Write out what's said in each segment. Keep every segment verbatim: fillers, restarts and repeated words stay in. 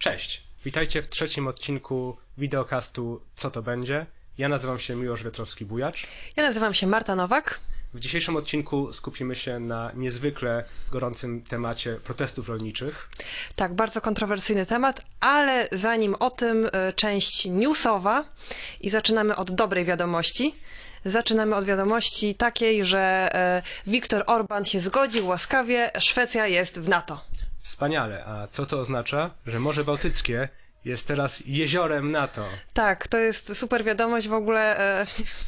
Cześć, witajcie w trzecim odcinku wideocastu Co to będzie? Ja nazywam się Miłosz Wietrowski-Bujacz. Ja nazywam się Marta Nowak. W dzisiejszym odcinku skupimy się na niezwykle gorącym temacie protestów rolniczych. Tak, bardzo kontrowersyjny temat, ale zanim o tym część newsowa i zaczynamy od dobrej wiadomości. Zaczynamy od wiadomości takiej, że Viktor Orban się zgodził łaskawie, Szwecja jest w NATO. Wspaniale, a co to oznacza? Że Morze Bałtyckie jest teraz jeziorem NATO. Tak, to jest super wiadomość w ogóle, e,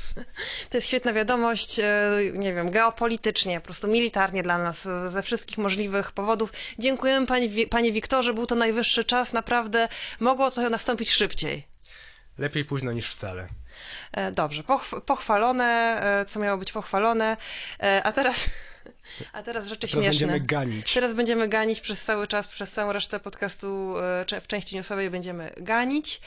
to jest świetna wiadomość, e, nie wiem, geopolitycznie, po prostu militarnie dla nas, e, ze wszystkich możliwych powodów. Dziękujemy panie, panie Wiktorze, był to najwyższy czas, naprawdę mogło to nastąpić szybciej. Lepiej późno niż wcale. E, dobrze, pochw pochwalone, e, co miało być pochwalone, e, a teraz... A teraz rzeczy teraz śmieszne. będziemy ganić. Teraz będziemy ganić przez cały czas, przez całą resztę podcastu w części newsowej będziemy ganić.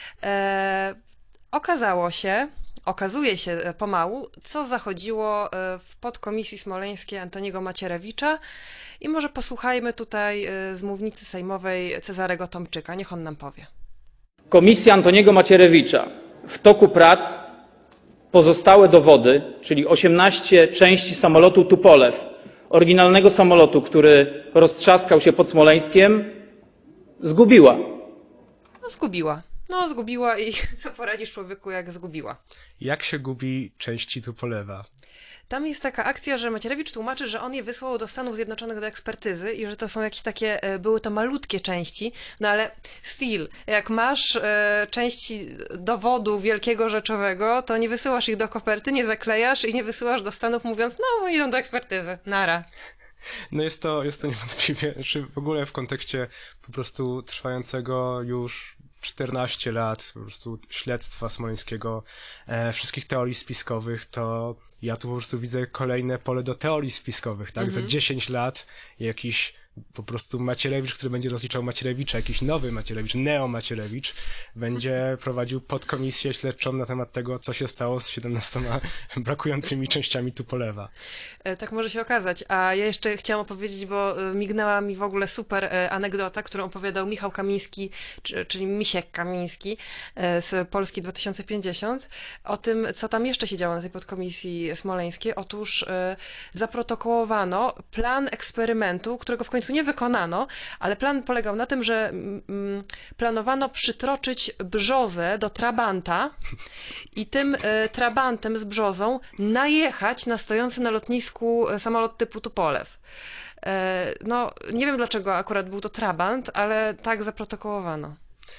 E, okazało się, okazuje się pomału, co zachodziło w podkomisji smoleńskiej Antoniego Macierewicza i może posłuchajmy tutaj z mównicy sejmowej Cezarego Tomczyka. Niech on nam powie. Komisja Antoniego Macierewicza w toku prac pozostałe dowody, czyli osiemnaście części samolotu Tupolew, oryginalnego samolotu, który roztrzaskał się pod Smoleńskiem, zgubiła. No zgubiła. No zgubiła i co poradzisz człowieku, jak zgubiła. Jak się gubi części Tupolewa? Tam jest taka akcja, że Macierewicz tłumaczy, że on je wysłał do Stanów Zjednoczonych do ekspertyzy i że to są jakieś takie, były to malutkie części, no ale still, jak masz e, części dowodu wielkiego rzeczowego, to nie wysyłasz ich do koperty, nie zaklejasz i nie wysyłasz do Stanów mówiąc, no idą do ekspertyzy, nara. No jest to, jest to niewątpliwie, czy w ogóle w kontekście po prostu trwającego już czternaście lat po prostu śledztwa smoleńskiego, e, wszystkich teorii spiskowych, to ja tu po prostu widzę kolejne pole do teorii spiskowych, tak? Mhm. Za dziesięć lat jakiś po prostu Macierewicz, który będzie rozliczał Macierewicza, jakiś nowy Macierewicz, Neo Macierewicz, będzie prowadził podkomisję śledczą na temat tego, co się stało z siedemnastoma brakującymi częściami Tupolewa. E, tak może się okazać. A ja jeszcze chciałam opowiedzieć, bo mignęła mi w ogóle super e, anegdota, którą opowiadał Michał Kamiński, czy, czyli Misiek Kamiński e, z Polski dwa tysiące pięćdziesiąt, o tym, co tam jeszcze się działo na tej podkomisji smoleńskiej. Otóż e, zaprotokołowano plan eksperymentu, którego w końcu nie wykonano, ale plan polegał na tym, że mm, planowano przytroczyć brzozę do trabanta i tym y, trabantem z brzozą najechać na stojący na lotnisku samolot typu Tupolew. Y, no, nie wiem dlaczego akurat był to trabant, ale tak zaprotokołowano.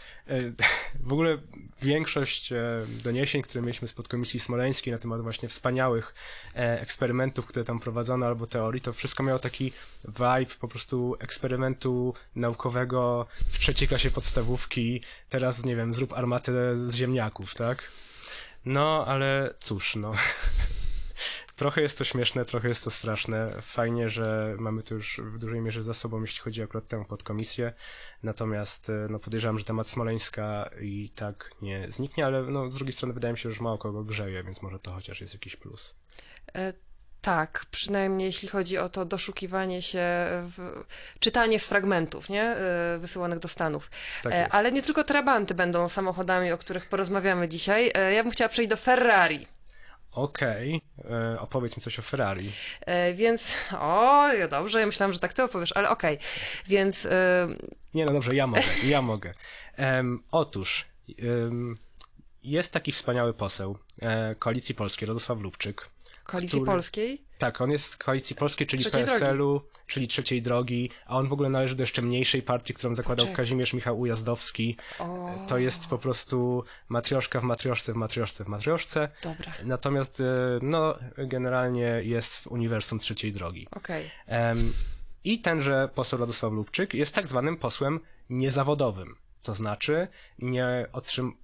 W ogóle większość doniesień, które mieliśmy z podkomisji smoleńskiej na temat właśnie wspaniałych eksperymentów, które tam prowadzono, albo teorii, to wszystko miało taki vibe po prostu eksperymentu naukowego w trzeciej klasie podstawówki. Teraz, nie wiem, zrób armatę z ziemniaków, tak? No, ale cóż, no... Trochę jest to śmieszne, trochę jest to straszne. Fajnie, że mamy to już w dużej mierze za sobą, jeśli chodzi akurat o tę podkomisję. Natomiast no, podejrzewam, że temat Smoleńska i tak nie zniknie, ale no, z drugiej strony wydaje mi się, że już mało kogo grzeje, więc może to chociaż jest jakiś plus. E tak, przynajmniej jeśli chodzi o to doszukiwanie się, w... czytanie z fragmentów, nie? E wysyłanych do Stanów. Tak e ale nie tylko trabanty będą samochodami, o których porozmawiamy dzisiaj. E ja bym chciała przejść do Ferrari. Okej, okay. Opowiedz mi coś o Ferrari. E, więc, o, dobrze, ja myślałam, że tak ty opowiesz, ale okej, okay. Więc... E... Nie, no dobrze, ja mogę, ja mogę. Um, otóż, um, jest taki wspaniały poseł e, Koalicji Polskiej, Radosław Lubczyk. Koalicji który... Polskiej? Tak, on jest z Koalicji Polskiej, czyli Trzeciej P S L-u, drogi. czyli Trzeciej Drogi, a on w ogóle należy do jeszcze mniejszej partii, którą zakładał Czek. Kazimierz Michał Ujazdowski. O. To jest po prostu matrioszka w matrioszce, w matrioszce, w matrioszce. Dobra. Natomiast, no, generalnie jest w uniwersum Trzeciej Drogi. Okej. Okay. Um, I tenże poseł Radosław Lubczyk jest tak zwanym posłem niezawodowym. To znaczy, nie otrzym...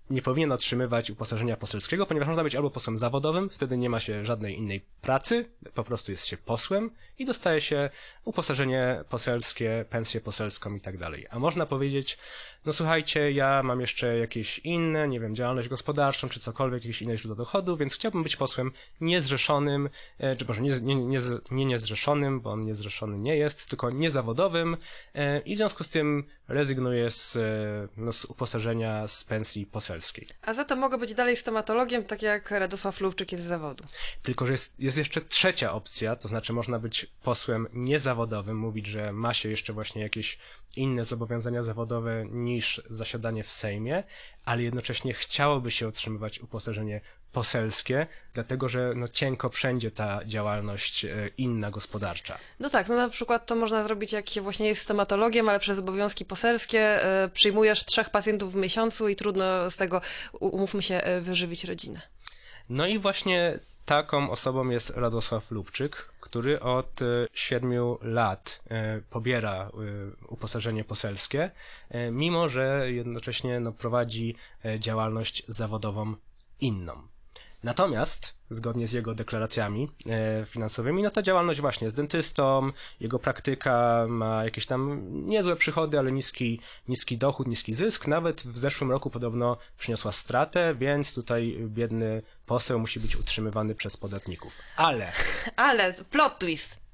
nie powinien otrzymywać uposażenia poselskiego, ponieważ można być albo posłem zawodowym, wtedy nie ma się żadnej innej pracy, po prostu jest się posłem i dostaje się uposażenie poselskie, pensję poselską i tak dalej. A można powiedzieć, no słuchajcie, ja mam jeszcze jakieś inne, nie wiem, działalność gospodarczą czy cokolwiek, jakieś inne źródła dochodu, więc chciałbym być posłem niezrzeszonym, e, czy może nie, nie, nie, nie niezrzeszonym, bo on niezrzeszony nie jest, tylko niezawodowym e, i w związku z tym rezygnuję z, e, no, z uposażenia z pensji poselskiej. A za to mogę być dalej stomatologiem, tak jak Radosław Lubczyk jest z zawodu. Tylko, że jest, jest jeszcze trzecia opcja, to znaczy można być posłem niezawodowym, mówić, że ma się jeszcze właśnie jakieś inne zobowiązania zawodowe niż zasiadanie w Sejmie, ale jednocześnie chciałoby się otrzymywać uposażenie poselskie, dlatego że no cienko wszędzie ta działalność e, inna gospodarcza. No tak, no na przykład to można zrobić, jak się właśnie jest stomatologiem, ale przez obowiązki poselskie y, przyjmujesz trzech pacjentów w miesiącu i trudno z tego, umówmy się, y, wyżywić rodzinę. No i właśnie taką osobą jest Radosław Lubczyk, który od e, siedmiu lat e, pobiera e, uposażenie poselskie, e, mimo że jednocześnie no, prowadzi e, działalność zawodową inną. Natomiast, zgodnie z jego deklaracjami e, finansowymi, no ta działalność właśnie z dentystą, jego praktyka ma jakieś tam niezłe przychody, ale niski, niski dochód, niski zysk. Nawet w zeszłym roku podobno przyniosła stratę, więc tutaj biedny poseł musi być utrzymywany przez podatników. Ale... Ale, plot twist.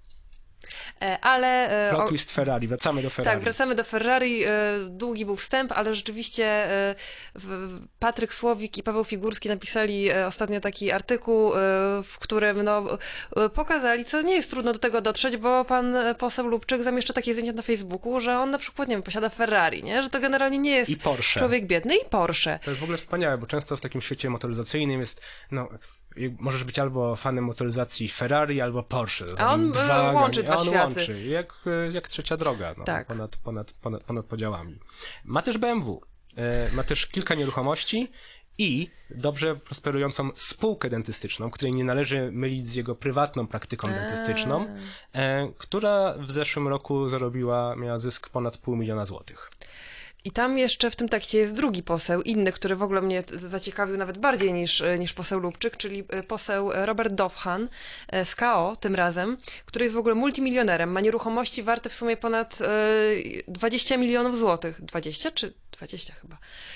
Ale... Plot o, twist Ferrari, wracamy do Ferrari. Tak, wracamy do Ferrari. Długi był wstęp, ale rzeczywiście Patryk Słowik i Paweł Figurski napisali ostatnio taki artykuł, w którym no, pokazali, co nie jest trudno do tego dotrzeć, bo pan poseł Lubczyk zamieszcza takie zdjęcia na Facebooku, że on na przykład, nie wiem, posiada Ferrari, nie? Że to generalnie nie jest I Porsche. człowiek biedny i Porsche. To jest w ogóle wspaniałe, bo często w takim świecie motoryzacyjnym jest, no, możesz być albo fanem motoryzacji Ferrari, albo Porsche. A on dwa, łączy dwa a on światy. Łączy, jak, jak trzecia droga, no, Tak. ponad, ponad, ponad, ponad podziałami. Ma też B M W, e, ma też kilka nieruchomości i dobrze prosperującą spółkę dentystyczną, której nie należy mylić z jego prywatną praktyką dentystyczną, e, która w zeszłym roku zarobiła, miała zysk ponad pół miliona złotych. I tam jeszcze w tym tekście jest drugi poseł, inny, który w ogóle mnie zaciekawił nawet bardziej niż, niż poseł Lubczyk, czyli poseł Robert Dowhan z K O tym razem, który jest w ogóle multimilionerem, ma nieruchomości warte w sumie ponad dwadzieścia milionów złotych. dwadzieścia czy dwadzieścia chyba.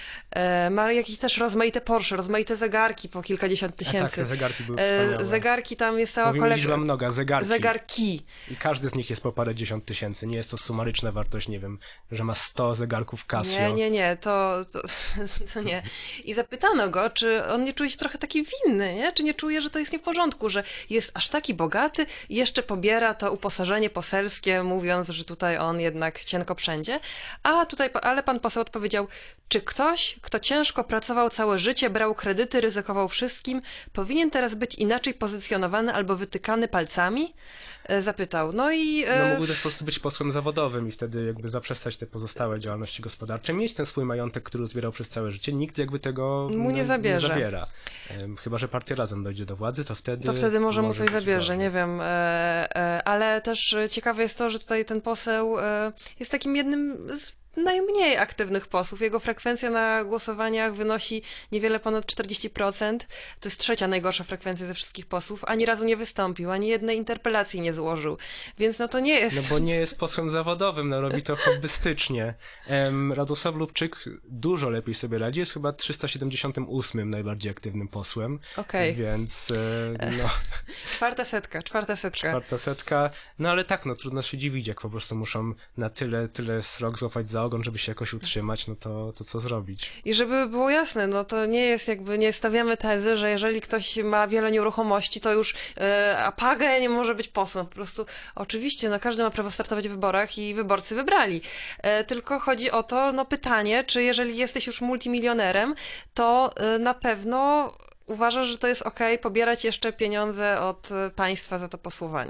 Ma jakieś też rozmaite Porsche, rozmaite zegarki po kilkadziesiąt tysięcy. A tak, te zegarki były wspaniałe. Zegarki tam jest cała kolekcja. Liczba kolekcja. mnoga, zegarki. Zegarki. I każdy z nich jest po parę dziesiąt tysięcy. Nie jest to sumaryczna wartość, nie wiem, że ma sto zegarków Casio. Nie, nie, nie, to, to, to nie. I zapytano go, czy on nie czuje się trochę taki winny, nie? Czy nie czuje, że to jest nie w porządku, że jest aż taki bogaty i jeszcze pobiera to uposażenie poselskie, mówiąc, że tutaj on jednak cienko wszędzie. A tutaj, ale pan poseł odpowiedział, czy ktoś, kto ciężko pracował całe życie, brał kredyty, ryzykował wszystkim, powinien teraz być inaczej pozycjonowany albo wytykany palcami? Zapytał. No i... No mógłby też po prostu być posłem zawodowym i wtedy jakby zaprzestać te pozostałe działalności gospodarcze, mieć ten swój majątek, który zbierał przez całe życie. Nikt jakby tego mu nie zabierze. Nie zabiera. Chyba że partia Razem dojdzie do władzy, to wtedy... To wtedy może, może mu coś zabierze, ważne. nie wiem. E, e, ale też ciekawe jest to, że tutaj ten poseł e, jest takim jednym z najmniej aktywnych posłów. Jego frekwencja na głosowaniach wynosi niewiele ponad czterdzieści procent. To jest trzecia najgorsza frekwencja ze wszystkich posłów. Ani razu nie wystąpił, ani jednej interpelacji nie złożył. Więc no to nie jest... No bo nie jest posłem zawodowym, no robi to hobbystycznie. Um, Radosław Lubczyk dużo lepiej sobie radzi, jest chyba trzysta siedemdziesiątym ósmym najbardziej aktywnym posłem. Okej. Okay. Więc e, no... Czwarta setka, czwarta setka. Czwarta setka. No ale tak, no trudno się dziwić, jak po prostu muszą na tyle, tyle srok złapać za ogon, żeby się jakoś utrzymać, no to, to co zrobić? I żeby było jasne, no to nie jest jakby, nie stawiamy tezy, że jeżeli ktoś ma wiele nieruchomości, to już yy, apagę nie może być posłem. Po prostu oczywiście, no każdy ma prawo startować w wyborach i wyborcy wybrali. Yy, tylko chodzi o to, no pytanie, czy jeżeli jesteś już multimilionerem, to yy, na pewno uważasz, że to jest okej pobierać jeszcze pieniądze od państwa za to posłowanie?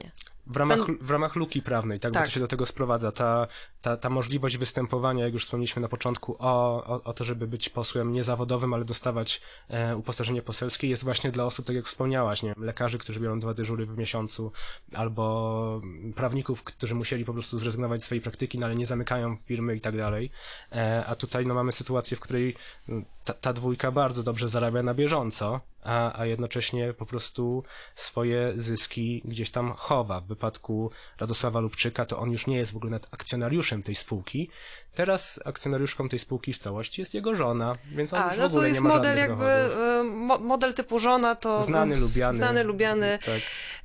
W ramach, w ramach luki prawnej, tak, tak, bo to się do tego sprowadza. Ta, ta, ta możliwość występowania, jak już wspomnieliśmy na początku, o, o, o to, żeby być posłem niezawodowym, ale dostawać e, uposażenie poselskie, jest właśnie dla osób, tak jak wspomniałaś, nie wiem, lekarzy, którzy biorą dwa dyżury w miesiącu, albo prawników, którzy musieli po prostu zrezygnować z swojej praktyki, no ale nie zamykają firmy i tak dalej. E, a tutaj no mamy sytuację, w której ta, ta dwójka bardzo dobrze zarabia na bieżąco, a, a jednocześnie po prostu swoje zyski gdzieś tam chowa. W wypadku Radosława Lubczyka to on już nie jest w ogóle nawet akcjonariuszem tej spółki. Teraz akcjonariuszką tej spółki w całości jest jego żona, więc on a, już no w ogóle to jest nie ma model żadnych jakby, dochodów. model typu żona to... Znany, lubiany. Znany, lubiany. Tak.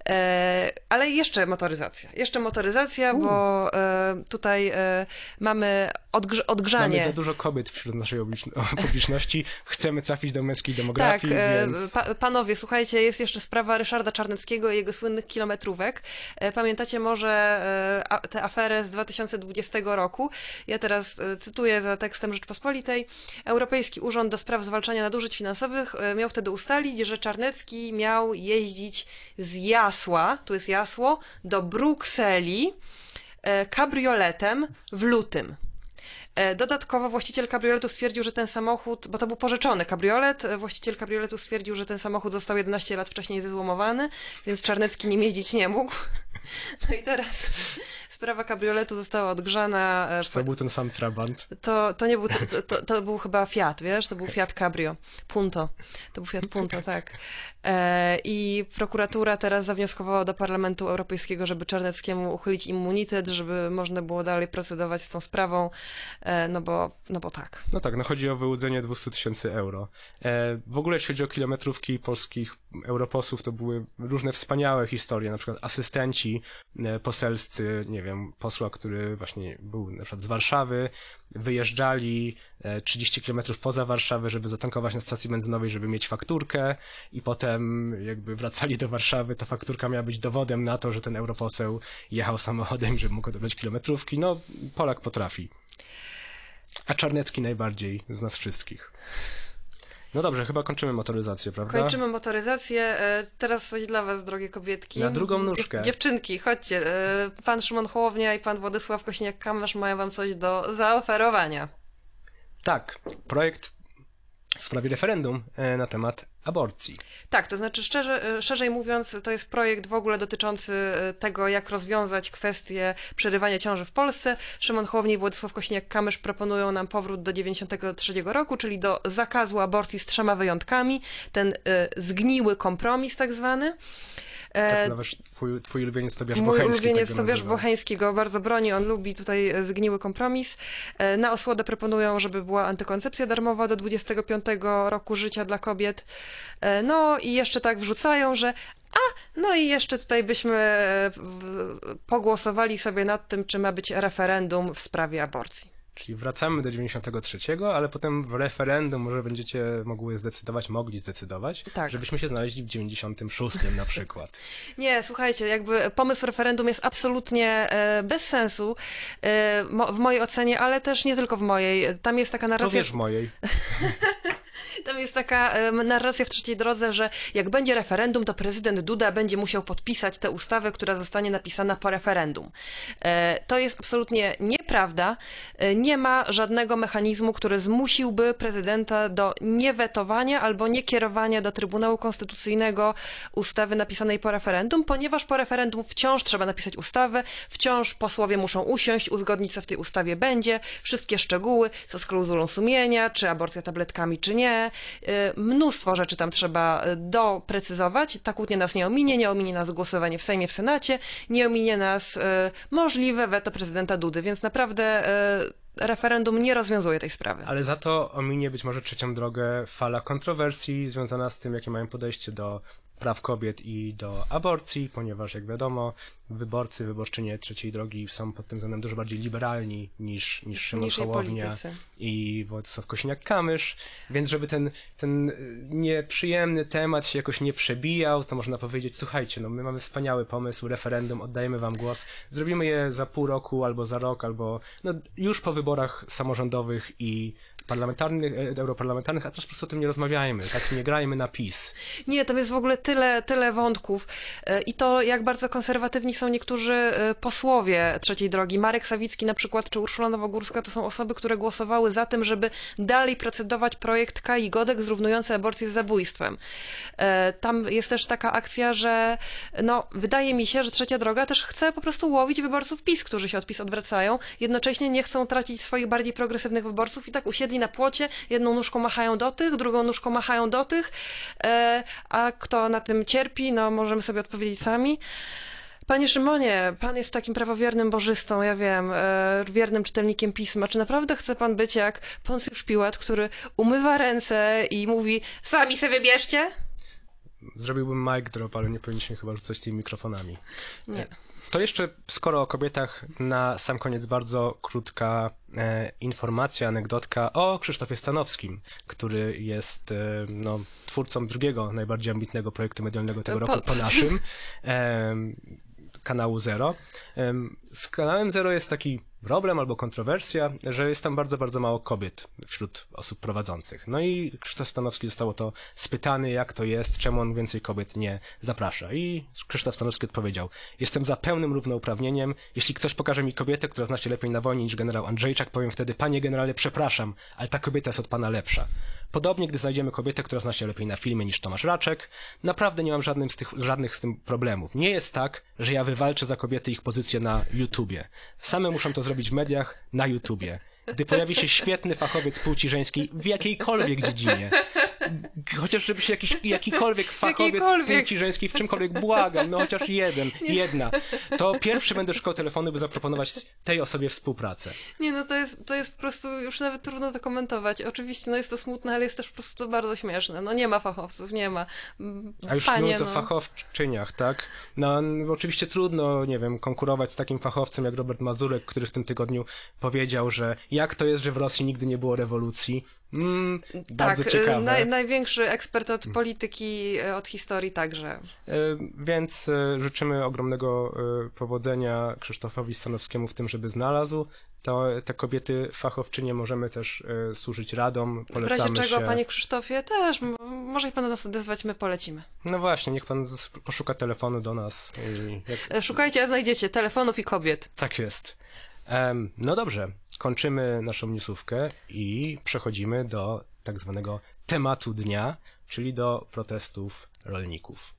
E, ale jeszcze motoryzacja. Jeszcze motoryzacja, U. bo e, tutaj e, mamy odgrz odgrzanie. Mamy za dużo kobiet wśród naszej publiczności. Chcemy trafić do męskiej demografii, tak, więc... pa panowie, słuchajcie, jest jeszcze sprawa Ryszarda Czarneckiego i jego słynnych kilometrówek. E, pamiętacie może e, a, tę aferę z dwa tysiące dwudziestego roku? Ja teraz e, cytuję za tekstem Rzeczpospolitej. Europejski Urząd do Spraw Zwalczania Nadużyć Finansowych e, miał wtedy ustalić, że Czarnecki miał jeździć z Jasła, tu jest Jasło, do Brukseli e, kabrioletem w lutym. Dodatkowo właściciel kabrioletu stwierdził, że ten samochód, bo to był pożyczony kabriolet, właściciel kabrioletu stwierdził, że ten samochód został jedenaście lat wcześniej zezłomowany, więc Czarnecki nim jeździć nie mógł. No i teraz sprawa kabrioletu została odgrzana. Czy to był ten sam Trabant? To, to nie był, to, to, to był chyba Fiat, wiesz, to był Fiat Cabrio, Punto, to był Fiat Punto, tak. E, I prokuratura teraz zawnioskowała do Parlamentu Europejskiego, żeby Czarneckiemu uchylić immunitet, żeby można było dalej procedować z tą sprawą, e, no bo, no bo tak. No tak, no chodzi o wyłudzenie dwieście tysięcy euro. E, w ogóle jeśli chodzi o kilometrówki polskich europosłów, to były różne wspaniałe historie, na przykład asystenci e, poselscy, nie wiem, posła, który właśnie był na przykład z Warszawy, wyjeżdżali e, trzydzieści kilometrów poza Warszawę, żeby zatankować na stacji benzynowej, żeby mieć fakturkę i potem jakby wracali do Warszawy, ta fakturka miała być dowodem na to, że ten europoseł jechał samochodem, żeby mógł odebrać kilometrówki. No, Polak potrafi. A Czarnecki najbardziej z nas wszystkich. No dobrze, chyba kończymy motoryzację, prawda? Kończymy motoryzację. Teraz coś dla was, drogie kobietki. Na drugą nóżkę. Dziew dziewczynki, chodźcie. Pan Szymon Hołownia i pan Władysław Kosiniak-Kamysz mają wam coś do zaoferowania. Tak, projekt w sprawie referendum na temat aborcji. Tak, to znaczy szczerze, szerzej mówiąc, to jest projekt w ogóle dotyczący tego, jak rozwiązać kwestię przerywania ciąży w Polsce. Szymon Hołownia i Władysław Kosiniak-Kamysz proponują nam powrót do dziewięćdziesiątego trzeciego roku, czyli do zakazu aborcji z trzema wyjątkami, ten y, zgniły kompromis tak zwany. Tak, nawet twój, twój ulubieniec Tobiasz Mój Bocheński. Mój ulubieniec tak Tobiasz Bocheński go bardzo broni, on lubi tutaj zgniły kompromis. Na osłodę proponują, żeby była antykoncepcja darmowa do dwudziestego piątego roku życia dla kobiet. No i jeszcze tak wrzucają, że a, no i jeszcze tutaj byśmy pogłosowali sobie nad tym, czy ma być referendum w sprawie aborcji. Czyli wracamy do dziewięćdziesiątego trzeciego, ale potem w referendum może będziecie mogły zdecydować, mogli zdecydować, tak, żebyśmy się znaleźli w dziewięćdziesiątym szóstym na przykład. Nie, słuchajcie, jakby pomysł referendum jest absolutnie e, bez sensu e, mo, w mojej ocenie, ale też nie tylko w mojej. Tam jest taka narracja... Również w mojej. Tam jest taka e, narracja w trzeciej drodze, że jak będzie referendum, to prezydent Duda będzie musiał podpisać tę ustawę, która zostanie napisana po referendum. E, to jest absolutnie nieprawda. E, nie ma żadnego mechanizmu, który zmusiłby prezydenta do niewetowania albo niekierowania do Trybunału Konstytucyjnego ustawy napisanej po referendum, ponieważ po referendum wciąż trzeba napisać ustawę, wciąż posłowie muszą usiąść, uzgodnić, co w tej ustawie będzie, wszystkie szczegóły, co z klauzulą sumienia, czy aborcja tabletkami, czy nie. Mnóstwo rzeczy tam trzeba doprecyzować. Ta kłótnia nas nie ominie, nie ominie nas głosowanie w Sejmie, w Senacie, nie ominie nas y, możliwe weto prezydenta Dudy, więc naprawdę y, referendum nie rozwiązuje tej sprawy. Ale za to ominie być może trzecią drogę fala kontrowersji związana z tym, jakie mają podejście do praw kobiet i do aborcji, ponieważ jak wiadomo, wyborcy, wyborczynie trzeciej drogi są pod tym względem dużo bardziej liberalni niż, niż Szymon Hołownia i Władysław Kosiniak-Kamysz, więc żeby ten, ten nieprzyjemny temat się jakoś nie przebijał, to można powiedzieć, słuchajcie, no my mamy wspaniały pomysł, referendum, oddajemy wam głos, zrobimy je za pół roku, albo za rok, albo no już po wyborach samorządowych i parlamentarnych, e, europarlamentarnych, a teraz po prostu o tym nie rozmawiajmy, tak nie grajmy na PiS. Nie, tam jest w ogóle tyle, tyle wątków e, i to jak bardzo konserwatywni są niektórzy e, posłowie Trzeciej Drogi. Marek Sawicki na przykład, czy Urszula Nowogórska, to są osoby, które głosowały za tym, żeby dalej procedować projekt K I Godek zrównujący aborcję z zabójstwem. E, tam jest też taka akcja, że no, wydaje mi się, że Trzecia Droga też chce po prostu łowić wyborców PiS, którzy się od PiS odwracają, jednocześnie nie chcą tracić swoich bardziej progresywnych wyborców i tak usiedli na płocie, jedną nóżką machają do tych, drugą nóżką machają do tych, e, a kto na tym cierpi, no możemy sobie odpowiedzieć sami. Panie Szymonie, pan jest takim prawowiernym bożystą, ja wiem, e, wiernym czytelnikiem pisma. Czy naprawdę chce pan być jak Poncjusz Piłat, który umywa ręce i mówi, sami se wybierzcie? Zrobiłbym mic drop, ale nie powinniśmy chyba rzucać tymi mikrofonami. Nie. To jeszcze, skoro o kobietach, na sam koniec bardzo krótka e, informacja, anegdotka o Krzysztofie Stanowskim, który jest e, no, twórcą drugiego najbardziej ambitnego projektu medialnego tego roku, po naszym, e, kanału Zero. E, z kanałem Zero jest taki problem albo kontrowersja, że jest tam bardzo, bardzo mało kobiet wśród osób prowadzących. No i Krzysztof Stanowski został o to spytany, jak to jest, czemu on więcej kobiet nie zaprasza. I Krzysztof Stanowski odpowiedział: jestem za pełnym równouprawnieniem. Jeśli ktoś pokaże mi kobietę, która zna się lepiej na wojnie niż generał Andrzejczak, powiem wtedy: panie generale, przepraszam, ale ta kobieta jest od pana lepsza. Podobnie, gdy znajdziemy kobietę, która zna się lepiej na filmie niż Tomasz Raczek, naprawdę nie mam żadnym z tych, żadnych z tym problemów. Nie jest tak, że ja wywalczę za kobiety ich pozycję na YouTubie. Same muszą to zrobić w mediach na YouTubie. Gdy pojawi się świetny fachowiec płci żeńskiej w jakiejkolwiek dziedzinie, chociaż żeby się jakiś, jakikolwiek fachowiec Jakiejkolwiek. płci żeńskiej w czymkolwiek, błagam, no chociaż jeden, jedna, to pierwszy będę szukał telefonu, by zaproponować tej osobie współpracę. Nie, no to jest, to jest po prostu już nawet trudno to komentować. Oczywiście, no jest to smutne, ale jest też po prostu to bardzo śmieszne. No nie ma fachowców, nie ma. A już Panie, mówiąc no. o fachowczyniach, tak? No oczywiście trudno, nie wiem, konkurować z takim fachowcem jak Robert Mazurek, który w tym tygodniu powiedział, że jak to jest, że w Rosji nigdy nie było rewolucji. Mm, bardzo tak, ciekawe. Naj, największy ekspert od polityki, od historii także. E, Więc e, życzymy ogromnego e, powodzenia Krzysztofowi Stanowskiemu w tym, żeby znalazł. To te kobiety fachowczynie możemy też e, służyć radą, W polecamy razie czego, się. panie Krzysztofie, też, m- może i pan do nas odezwać, my polecimy. No właśnie, niech pan z- poszuka telefonu do nas. I jak... E, Szukajcie, a znajdziecie telefonów i kobiet. Tak jest. Em, no dobrze, kończymy naszą newsówkę i przechodzimy do tak zwanego tematu dnia, czyli do protestów rolników.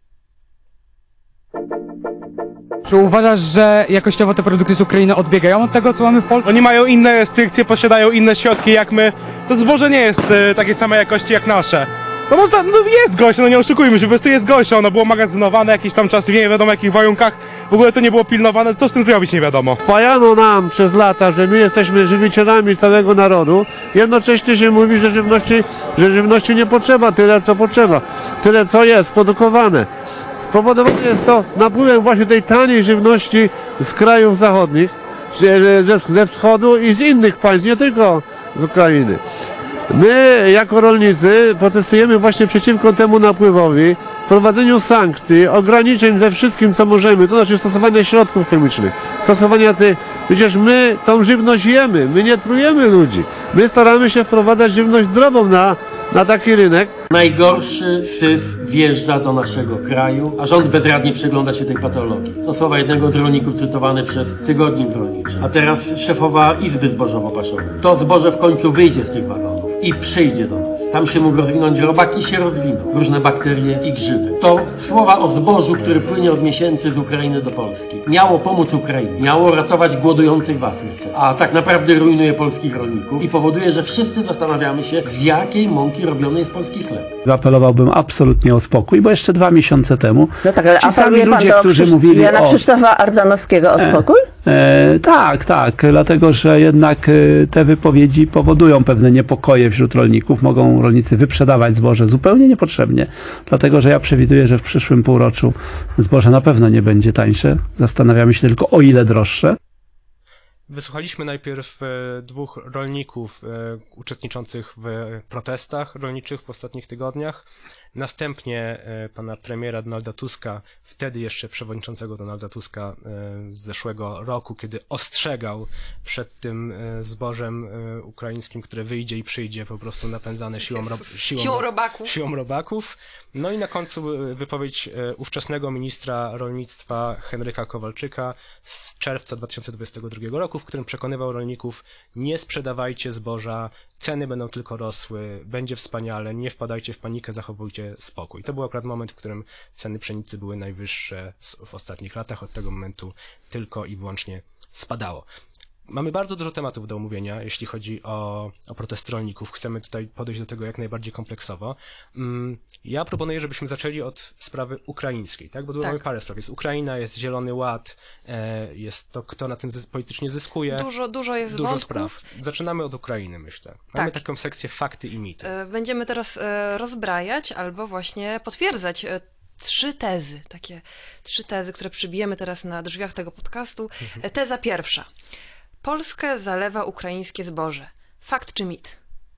Czy uważasz, że jakościowo te produkty z Ukrainy odbiegają od tego, co mamy w Polsce? Oni mają inne restrykcje, posiadają inne środki jak my. To zboże nie jest e, takiej samej jakości jak nasze. No można, no jest gorsze, no nie oszukujmy się, po prostu jest gorsze. Ono było magazynowane jakiś tam czas w nie wiadomo jakich warunkach. W ogóle to nie było pilnowane, co z tym zrobić nie wiadomo. Wpajano nam przez lata, że my jesteśmy żywicielami całego narodu. Jednocześnie się mówi, że żywności, że żywności nie potrzeba tyle, co potrzeba. Tyle, co jest produkowane. Spowodowane jest to napływem właśnie tej taniej żywności z krajów zachodnich, ze, ze wschodu i z innych państw, nie tylko z Ukrainy. My jako rolnicy protestujemy właśnie przeciwko temu napływowi, wprowadzeniu sankcji, ograniczeń we wszystkim, co możemy, to znaczy stosowania środków chemicznych, stosowania tych, przecież my tą żywność jemy, my nie trujemy ludzi, my staramy się wprowadzać żywność zdrową na, na taki rynek. Najgorszy syf wjeżdża do naszego kraju, a rząd bezradnie przygląda się tej patologii. To słowa jednego z rolników cytowane przez Tygodnik Rolniczy. A teraz szefowa Izby Zbożowo-Paszowej. To zboże w końcu wyjdzie z tych wagonów i przyjdzie do nas. Tam się mógł rozwinąć robak i się rozwinął. Różne bakterie i grzyby. To słowa o zbożu, który płynie od miesięcy z Ukrainy do Polski. Miało pomóc Ukrainie, miało ratować głodujących w Afryce, a tak naprawdę rujnuje polskich rolników i powoduje, że wszyscy zastanawiamy się, z jakiej mąki robiony jest polski chleb. Apelowałbym absolutnie o spokój, bo jeszcze dwa miesiące temu No tak, ale ci sami apeluje pan ludzie, do którzy Krzysz- mówili Jana o... Krzysztofa Ardanowskiego o spokój? E, tak, tak, dlatego że jednak e, te wypowiedzi powodują pewne niepokoje wśród rolników. Mogą rolnicy wyprzedawać zboże zupełnie niepotrzebnie, dlatego że ja przewiduję, że w przyszłym półroczu zboże na pewno nie będzie tańsze. Zastanawiamy się tylko, o ile droższe. Wysłuchaliśmy najpierw e, dwóch rolników e, uczestniczących w protestach rolniczych w ostatnich tygodniach. Następnie e, pana premiera Donalda Tuska, wtedy jeszcze przewodniczącego Donalda Tuska e, z zeszłego roku, kiedy ostrzegał przed tym e, zbożem e, ukraińskim, które wyjdzie i przyjdzie, po prostu napędzane siłą, ro, siłą, siłą robaków. siłą robaków. No i na końcu e, wypowiedź e, ówczesnego ministra rolnictwa Henryka Kowalczyka z czerwca dwa tysiące dwudziestego drugiego roku, w którym przekonywał rolników: nie sprzedawajcie zboża, ceny będą tylko rosły, będzie wspaniale, nie wpadajcie w panikę, zachowujcie spokój. To był akurat moment, w którym ceny pszenicy były najwyższe w ostatnich latach, od tego momentu tylko i wyłącznie spadało. Mamy bardzo dużo tematów do omówienia, jeśli chodzi o, o protest rolników. Chcemy tutaj podejść do tego jak najbardziej kompleksowo. Ja proponuję, żebyśmy zaczęli od sprawy ukraińskiej, tak? Bo tu tak. mamy parę spraw. Jest Ukraina, jest Zielony Ład, jest to, kto na tym politycznie zyskuje. Dużo, dużo jest Dużo wątków. spraw. Zaczynamy od Ukrainy, myślę. Mamy tak. taką sekcję fakty i mity. Będziemy teraz rozbrajać albo właśnie potwierdzać trzy tezy, takie trzy tezy, które przybijemy teraz na drzwiach tego podcastu. Mhm. Teza pierwsza. Polskę zalewa ukraińskie zboże. Fakt czy mit?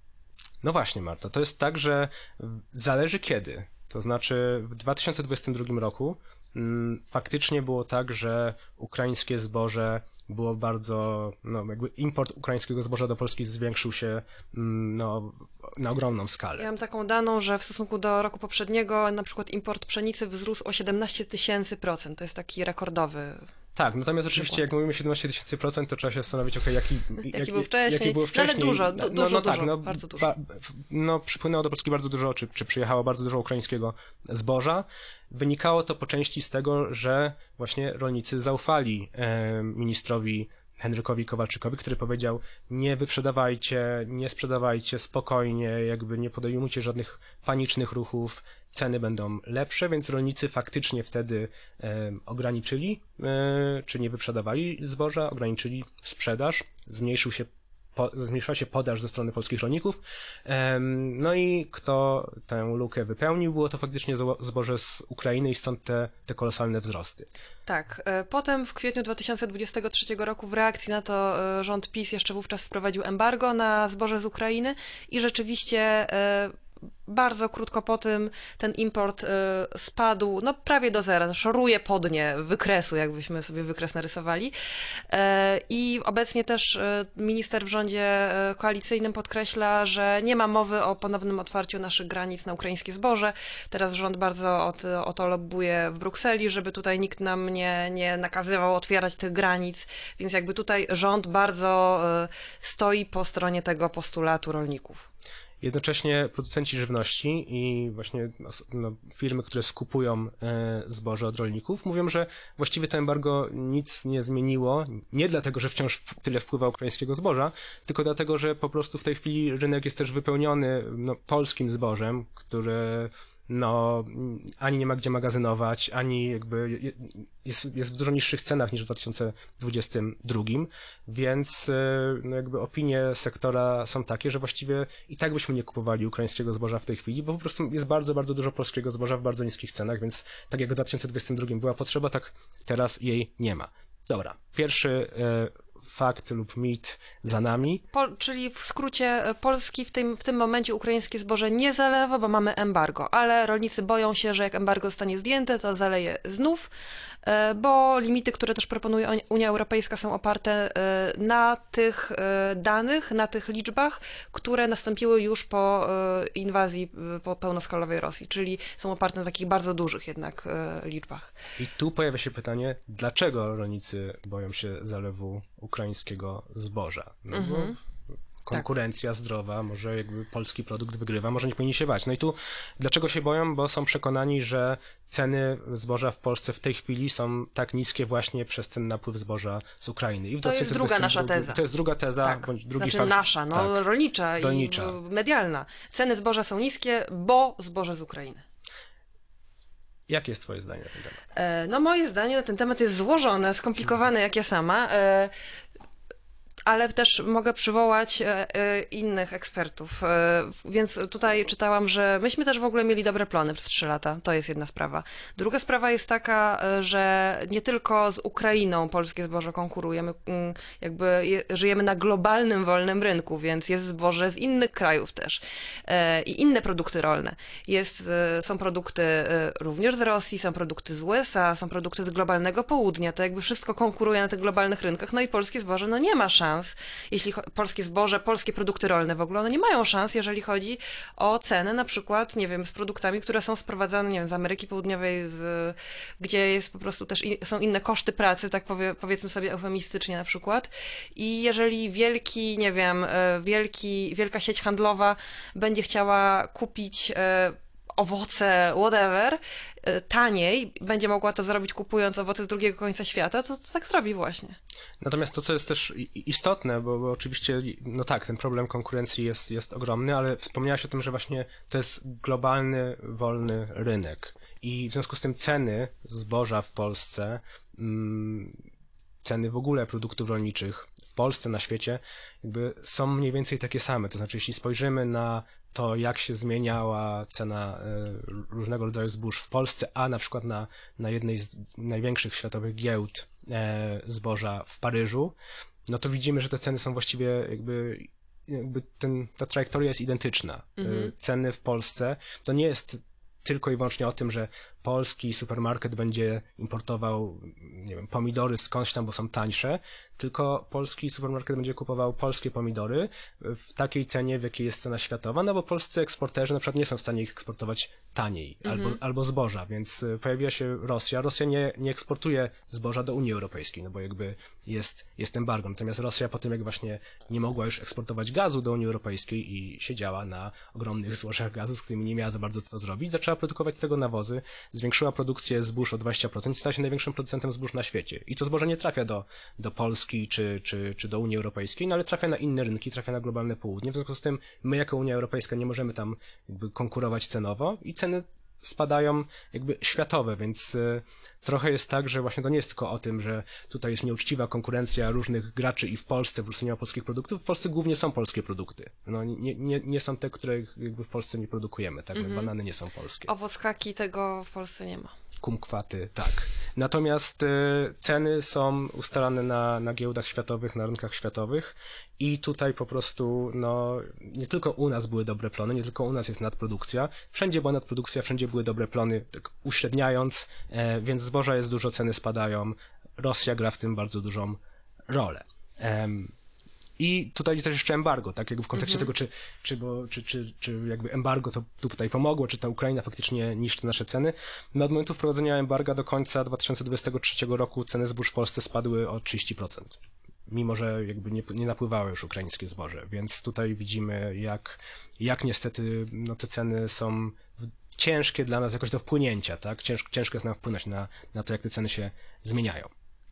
No właśnie, Marta, to jest tak, że zależy kiedy. To znaczy w dwa tysiące dwudziestym drugim roku mm, faktycznie było tak, że ukraińskie zboże było bardzo, no jakby import ukraińskiego zboża do Polski zwiększył się mm, no, na ogromną skalę. Ja mam taką daną, że w stosunku do roku poprzedniego na przykład import pszenicy wzrósł o siedemnaście tysięcy procent. To jest taki rekordowy. Tak, natomiast oczywiście jak mówimy siedemnaście tysięcy procent, to trzeba się zastanowić, okej, okay, jaki, jaki, jaki był wcześniej, jaki był wcześniej. No, ale dużo, no, dużo, no, dużo, tak, no, bardzo dużo. Ba, no, przypłynęło do Polski bardzo dużo, czy, czy przyjechało bardzo dużo ukraińskiego zboża. Wynikało to po części z tego, że właśnie rolnicy zaufali e, ministrowi Henrykowi Kowalczykowi, który powiedział: nie wyprzedawajcie, nie sprzedawajcie, spokojnie, jakby nie podejmujcie żadnych panicznych ruchów, ceny będą lepsze, więc rolnicy faktycznie wtedy e, ograniczyli, e, czy nie wyprzedawali zboża, ograniczyli sprzedaż, zmniejszył się Po, zmniejszyła się podaż ze strony polskich rolników. No i kto tę lukę wypełnił, było to faktycznie zboże z Ukrainy i stąd te, te kolosalne wzrosty. Tak. Potem w kwietniu dwa tysiące dwudziestego trzeciego roku w reakcji na to rząd PiS jeszcze wówczas wprowadził embargo na zboże z Ukrainy i rzeczywiście bardzo krótko po tym ten import y, spadł no prawie do zera, szoruje po dnie wykresu, jakbyśmy sobie wykres narysowali. Y, I obecnie też y, minister w rządzie y, koalicyjnym podkreśla, że nie ma mowy o ponownym otwarciu naszych granic na ukraińskie zboże. Teraz rząd bardzo o, to, o to lobbuje w Brukseli, żeby tutaj nikt nam nie, nie nakazywał otwierać tych granic, więc jakby tutaj rząd bardzo y, stoi po stronie tego postulatu rolników. Jednocześnie producenci żywności i właśnie no, firmy, które skupują e, zboże od rolników, mówią, że właściwie to embargo nic nie zmieniło, nie dlatego, że wciąż w, tyle wpływa ukraińskiego zboża, tylko dlatego, że po prostu w tej chwili rynek jest też wypełniony no, polskim zbożem, które no, ani nie ma gdzie magazynować, ani jakby jest, jest w dużo niższych cenach niż w dwa tysiące dwudziestym drugim, więc no jakby opinie sektora są takie, że właściwie i tak byśmy nie kupowali ukraińskiego zboża w tej chwili, bo po prostu jest bardzo, bardzo dużo polskiego zboża w bardzo niskich cenach, więc tak jak w dwa tysiące dwudziestym drugim była potrzeba, tak teraz jej nie ma. Dobra, pierwszy e, fakt lub mit za nami. Pol, czyli w skrócie Polski w tym, w tym momencie ukraińskie zboże nie zalewa, bo mamy embargo, ale rolnicy boją się, że jak embargo zostanie zdjęte, to zaleje znów, bo limity, które też proponuje Unia Europejska, są oparte na tych danych, na tych liczbach, które nastąpiły już po inwazji po pełnoskalowej Rosji, czyli są oparte na takich bardzo dużych jednak liczbach. I tu pojawia się pytanie, dlaczego rolnicy boją się zalewu ukraińskiego zboża? No bo mhm. konkurencja tak. zdrowa, może jakby polski produkt wygrywa, może nie powinni się bać. No i tu dlaczego się boją? Bo są przekonani, że ceny zboża w Polsce w tej chwili są tak niskie właśnie przez ten napływ zboża z Ukrainy. I w to jest druga nasza teza. To jest druga teza, tak. bądź drugi znaczy fakt. nasza, no tak. rolnicza, rolnicza i medialna. Ceny zboża są niskie, bo zboże z Ukrainy. Jakie jest twoje zdanie na ten temat? No moje zdanie na ten temat jest złożone, skomplikowane jak ja sama. ale też mogę przywołać e, e, innych ekspertów. E, więc tutaj czytałam, że myśmy też w ogóle mieli dobre plony przez trzy lata. To jest jedna sprawa. Druga sprawa jest taka, e, że nie tylko z Ukrainą polskie zboże konkuruje. My mm, jakby je, żyjemy na globalnym, wolnym rynku, więc jest zboże z innych krajów też. E, I inne produkty rolne. Jest, e, są produkty e, również z Rosji, są produkty z U S A, są produkty z globalnego południa. To jakby wszystko konkuruje na tych globalnych rynkach. No i polskie zboże no nie ma szans. Jeśli polskie zboże, polskie produkty rolne w ogóle, one nie mają szans, jeżeli chodzi o cenę na przykład, nie wiem, z produktami, które są sprowadzane, nie wiem, z Ameryki Południowej, z, gdzie jest po prostu też, i, są inne koszty pracy, tak powie, powiedzmy sobie eufemistycznie na przykład. I jeżeli wielki, nie wiem, wielki, wielka sieć handlowa będzie chciała kupić owoce, whatever, taniej, będzie mogła to zrobić kupując owoce z drugiego końca świata, to, to tak zrobi właśnie. Natomiast to, co jest też istotne, bo, bo oczywiście, no tak, ten problem konkurencji jest, jest ogromny, ale wspomniałaś o tym, że właśnie to jest globalny, wolny rynek i w związku z tym ceny zboża w Polsce, mm, ceny w ogóle produktów rolniczych w Polsce, na świecie, jakby są mniej więcej takie same. To znaczy, jeśli spojrzymy na to, jak się zmieniała cena y, różnego rodzaju zbóż w Polsce, a na przykład na, na jednej z największych światowych giełd e, zboża w Paryżu, no to widzimy, że te ceny są właściwie jakby, jakby ten, ta trajektoria jest identyczna. Mhm. Y, ceny w Polsce to nie jest tylko i wyłącznie o tym, że polski supermarket będzie importował, nie wiem, pomidory skądś tam, bo są tańsze, tylko polski supermarket będzie kupował polskie pomidory w takiej cenie, w jakiej jest cena światowa, no bo polscy eksporterzy na przykład nie są w stanie ich eksportować taniej, mhm. albo, albo zboża, więc pojawiła się Rosja. Rosja nie, nie eksportuje zboża do Unii Europejskiej, no bo jakby jest, jest embargo. Natomiast Rosja po tym, jak właśnie nie mogła już eksportować gazu do Unii Europejskiej i siedziała na ogromnych złożach gazu, z którymi nie miała za bardzo co zrobić, zaczęła produkować z tego nawozy, zwiększyła produkcję zbóż o dwadzieścia procent i stała się największym producentem zbóż na świecie. I to zboże nie trafia do, do Polski czy, czy, czy do Unii Europejskiej, no ale trafia na inne rynki, trafia na globalne południe. W związku z tym my jako Unia Europejska nie możemy tam jakby konkurować cenowo i ceny spadają jakby światowe, więc y, trochę jest tak, że właśnie to nie jest tylko o tym, że tutaj jest nieuczciwa konkurencja różnych graczy i w Polsce po prostu nie ma polskich produktów. W Polsce głównie są polskie produkty. No nie, nie, nie są te, które jakby w Polsce nie produkujemy, tak? Mm-hmm. Banany nie są polskie. Owoc kaki tego w Polsce nie ma. Kumkwaty, tak. Natomiast y, ceny są ustalane na, na giełdach światowych, na rynkach światowych i tutaj po prostu, no, nie tylko u nas były dobre plony, nie tylko u nas jest nadprodukcja, wszędzie była nadprodukcja, wszędzie były dobre plony, tak uśredniając, e, więc zboża jest dużo, ceny spadają, Rosja gra w tym bardzo dużą rolę. Em, I tutaj też jeszcze embargo, tak, jakby w kontekście mhm. tego, czy, czy, bo, czy, czy, czy jakby embargo to tu tutaj pomogło, czy ta Ukraina faktycznie niszczy nasze ceny. No od momentu wprowadzenia embarga do końca dwa tysiące dwudziestego trzeciego roku ceny zbóż w Polsce spadły o trzydzieści procent. Mimo że jakby nie, nie napływało już ukraińskie zboże, więc tutaj widzimy, jak, jak niestety no, te ceny są w, ciężkie dla nas jakoś do wpłynięcia, tak? Cięż, ciężko jest nam wpłynąć na, na to, jak te ceny się zmieniają.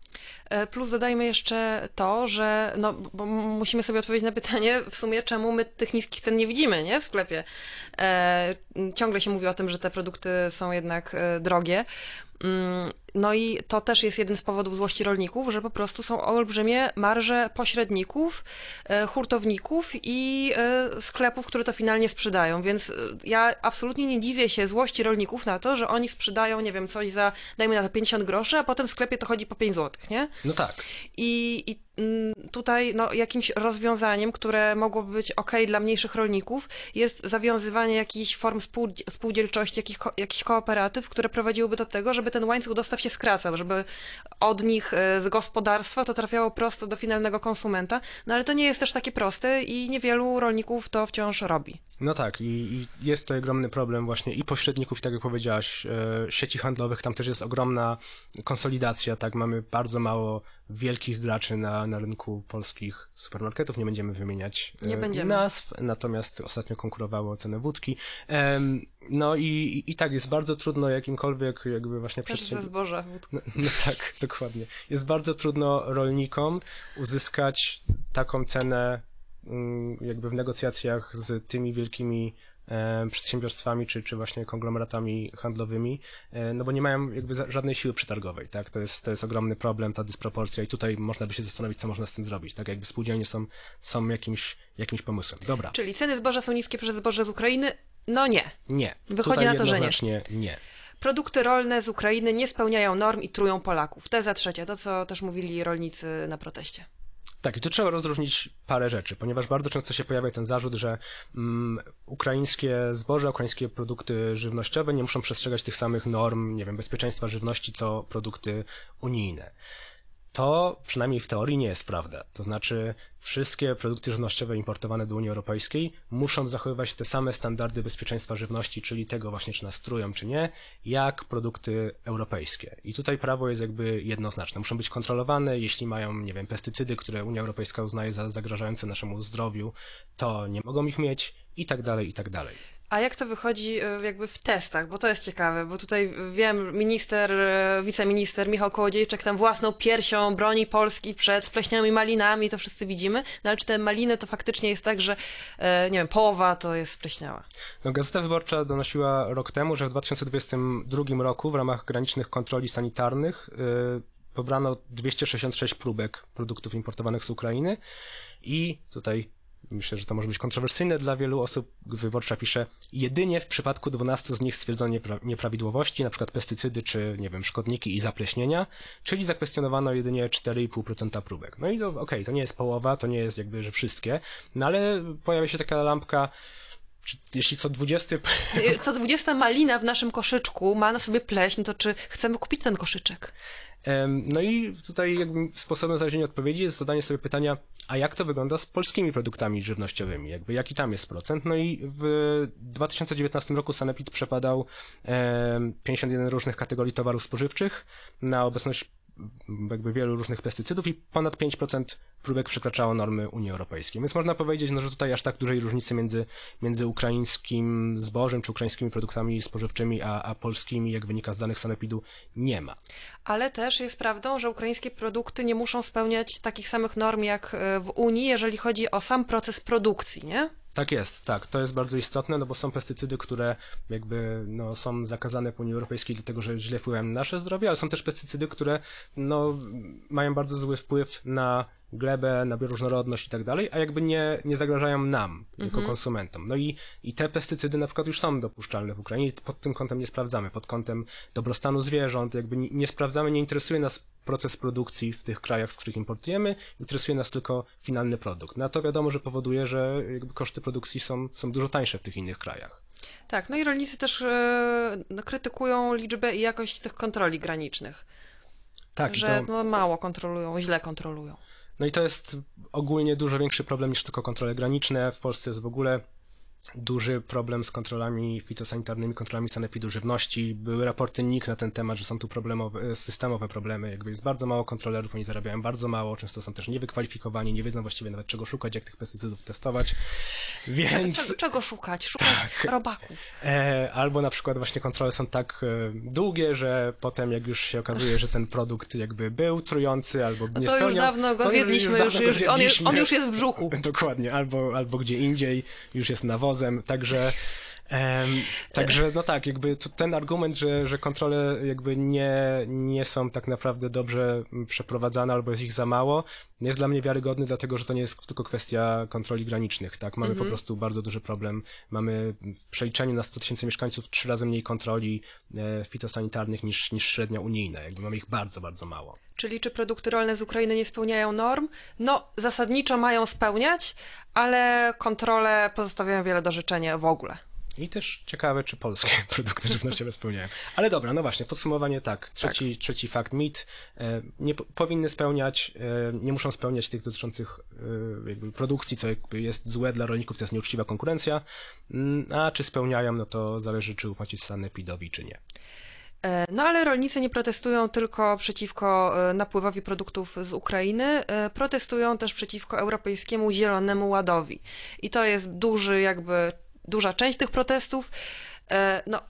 Plus dodajmy jeszcze to, że no, bo musimy sobie odpowiedzieć na pytanie w sumie, czemu my tych niskich cen nie widzimy, nie? W sklepie. E, ciągle się mówi o tym, że te produkty są jednak e, drogie. Mm, no i to też jest jeden z powodów złości rolników, że po prostu są olbrzymie marże pośredników, e, hurtowników i e, sklepów, które to finalnie sprzedają, więc ja absolutnie nie dziwię się złości rolników na to, że oni sprzedają, nie wiem, coś za, dajmy na to pięćdziesiąt groszy, a potem w sklepie to chodzi po pięć złotych, nie? No tak. I, i tutaj no, jakimś rozwiązaniem, które mogłoby być ok dla mniejszych rolników, jest zawiązywanie jakichś form spółdzielczości, jakich, jakichś kooperatyw, które prowadziłyby do tego, żeby ten łańcuch dostaw się skracał, żeby od nich z gospodarstwa to trafiało prosto do finalnego konsumenta, no ale to nie jest też takie proste i niewielu rolników to wciąż robi. No tak, i, i jest to ogromny problem właśnie i pośredników, i tak jak powiedziałaś, e, sieci handlowych, tam też jest ogromna konsolidacja, tak, mamy bardzo mało wielkich graczy na, na rynku polskich supermarketów, nie będziemy wymieniać e, nie będziemy. nazw, natomiast ostatnio konkurowało o cenę wódki. E, no i, i, i tak, jest bardzo trudno jakimkolwiek jakby właśnie też przedsięb... ze zboża wódki. No, no tak, dokładnie. Jest bardzo trudno rolnikom uzyskać taką cenę jakby w negocjacjach z tymi wielkimi e, przedsiębiorstwami, czy, czy właśnie konglomeratami handlowymi, e, no bo nie mają jakby za, żadnej siły przetargowej, tak? To jest, to jest ogromny problem, ta dysproporcja i tutaj można by się zastanowić, co można z tym zrobić, tak? Jakby spółdzielnie są, są jakimś, jakimś pomysłem. Dobra. Czyli ceny zboża są niskie przez zboże z Ukrainy? No nie. Nie. Wychodzi Tutaj na to, że nie. jednoznacznie nie. Produkty rolne z Ukrainy nie spełniają norm i trują Polaków. Teza trzecia, to co też mówili rolnicy na proteście. Tak, i tu trzeba rozróżnić parę rzeczy, ponieważ bardzo często się pojawia ten zarzut, że mm, ukraińskie zboże, ukraińskie produkty żywnościowe nie muszą przestrzegać tych samych norm, nie wiem, bezpieczeństwa żywności, co produkty unijne. To przynajmniej w teorii nie jest prawda. To znaczy wszystkie produkty żywnościowe importowane do Unii Europejskiej muszą zachowywać te same standardy bezpieczeństwa żywności, czyli tego właśnie, czy nas trują, czy nie, jak produkty europejskie. I tutaj prawo jest jakby jednoznaczne. Muszą być kontrolowane, jeśli mają, nie wiem, pestycydy, które Unia Europejska uznaje za zagrażające naszemu zdrowiu, to nie mogą ich mieć i tak dalej, i tak dalej. A jak to wychodzi jakby w testach? Bo to jest ciekawe, bo tutaj wiem, minister, wiceminister Michał Kołodziejczak tam własną piersią broni Polski przed spleśniałymi malinami, to wszyscy widzimy, no ale czy te maliny to faktycznie jest tak, że nie wiem, połowa to jest spleśniała? No, Gazeta Wyborcza donosiła rok temu, że w dwa tysiące dwudziestym drugim roku w ramach granicznych kontroli sanitarnych yy, pobrano dwieście sześćdziesiąt sześć próbek produktów importowanych z Ukrainy i tutaj myślę, że to może być kontrowersyjne dla wielu osób. Wyborcza pisze, jedynie w przypadku dwunastu z nich stwierdzono niepra- nieprawidłowości, na przykład pestycydy, czy nie wiem, szkodniki i zapleśnienia, czyli zakwestionowano jedynie cztery i pół procent próbek. No i to okej, okay, to nie jest połowa, to nie jest jakby, że wszystkie, no ale pojawia się taka lampka, czy, jeśli co dwudziesty... Co dwudziesta malina w naszym koszyczku ma na sobie pleśń, to czy chcemy kupić ten koszyczek? No i tutaj jakby sposobem znalezienia odpowiedzi jest zadanie sobie pytania, a jak to wygląda z polskimi produktami żywnościowymi? Jakby jaki tam jest procent? No i w dwa tysiące dziewiętnastym roku Sanepid przepadał pięćdziesiąt jeden różnych kategorii towarów spożywczych na obecność jakby wielu różnych pestycydów i ponad pięć procent próbek przekraczało normy Unii Europejskiej. Więc można powiedzieć, no, że tutaj aż tak dużej różnicy między, między ukraińskim zbożem czy ukraińskimi produktami spożywczymi, a, a polskimi, jak wynika z danych Sanepidu, nie ma. Ale też jest prawdą, że ukraińskie produkty nie muszą spełniać takich samych norm jak w Unii, jeżeli chodzi o sam proces produkcji, nie? Tak jest, tak. To jest bardzo istotne, no bo są pestycydy, które jakby no, są zakazane w Unii Europejskiej dlatego, że źle wpływają na nasze zdrowie, ale są też pestycydy, które no, mają bardzo zły wpływ na glebę, na bioróżnorodność i tak dalej, a jakby nie, nie zagrażają nam, jako mhm. konsumentom. No i, i te pestycydy na przykład już są dopuszczalne w Ukrainie i pod tym kątem nie sprawdzamy, pod kątem dobrostanu zwierząt, jakby nie, nie sprawdzamy, nie interesuje nas proces produkcji w tych krajach, z których importujemy, interesuje nas tylko finalny produkt. No a to wiadomo, że powoduje, że jakby koszty produkcji są, są dużo tańsze w tych innych krajach. Tak, no i rolnicy też e, no, krytykują liczbę i jakość tych kontroli granicznych. Tak, że to... no, mało kontrolują, źle kontrolują. No i to jest ogólnie dużo większy problem niż tylko kontrole graniczne. W Polsce jest w ogóle duży problem z kontrolami fitosanitarnymi, kontrolami sanepidu żywności. Były raporty N I K na ten temat, że są tu problemowe, systemowe problemy. Jakby jest bardzo mało kontrolerów, oni zarabiają bardzo mało, często są też niewykwalifikowani, nie wiedzą właściwie nawet czego szukać, jak tych pestycydów testować. Więc... Czego, czego szukać? Szukać tak. robaków. E, albo na przykład właśnie kontrole są tak e, długie, że potem jak już się okazuje, że ten produkt jakby był trujący, albo no nie to spełniał... już dawno go zjedliśmy, już, już, już, on, już, on już jest w brzuchu. Dokładnie, albo, albo gdzie indziej, już jest nawozem, także... Um, także no tak, jakby to, ten argument, że, że kontrole jakby nie, nie są tak naprawdę dobrze przeprowadzane albo jest ich za mało, jest dla mnie wiarygodny, dlatego że to nie jest tylko kwestia kontroli granicznych, tak? Mamy mhm. po prostu bardzo duży problem. Mamy w przeliczeniu na sto tysięcy mieszkańców trzy razy mniej kontroli e, fitosanitarnych niż, niż średnia unijna. Jakby mamy ich bardzo, bardzo mało. Czyli czy produkty rolne z Ukrainy nie spełniają norm? No, zasadniczo mają spełniać, ale kontrole pozostawiają wiele do życzenia w ogóle. I też ciekawe, czy polskie produkty żywnościowe spełniają. Ale dobra, no właśnie, podsumowanie tak. Trzeci, tak. trzeci fakt, mit. Nie po, powinny spełniać, nie muszą spełniać tych dotyczących jakby produkcji, co jakby jest złe dla rolników, to jest nieuczciwa konkurencja. A czy spełniają, no to zależy, czy ufacie Sanepidowi, czy nie. No ale rolnicy nie protestują tylko przeciwko napływowi produktów z Ukrainy, protestują też przeciwko Europejskiemu Zielonemu Ładowi. I to jest duży jakby duża część tych protestów. No,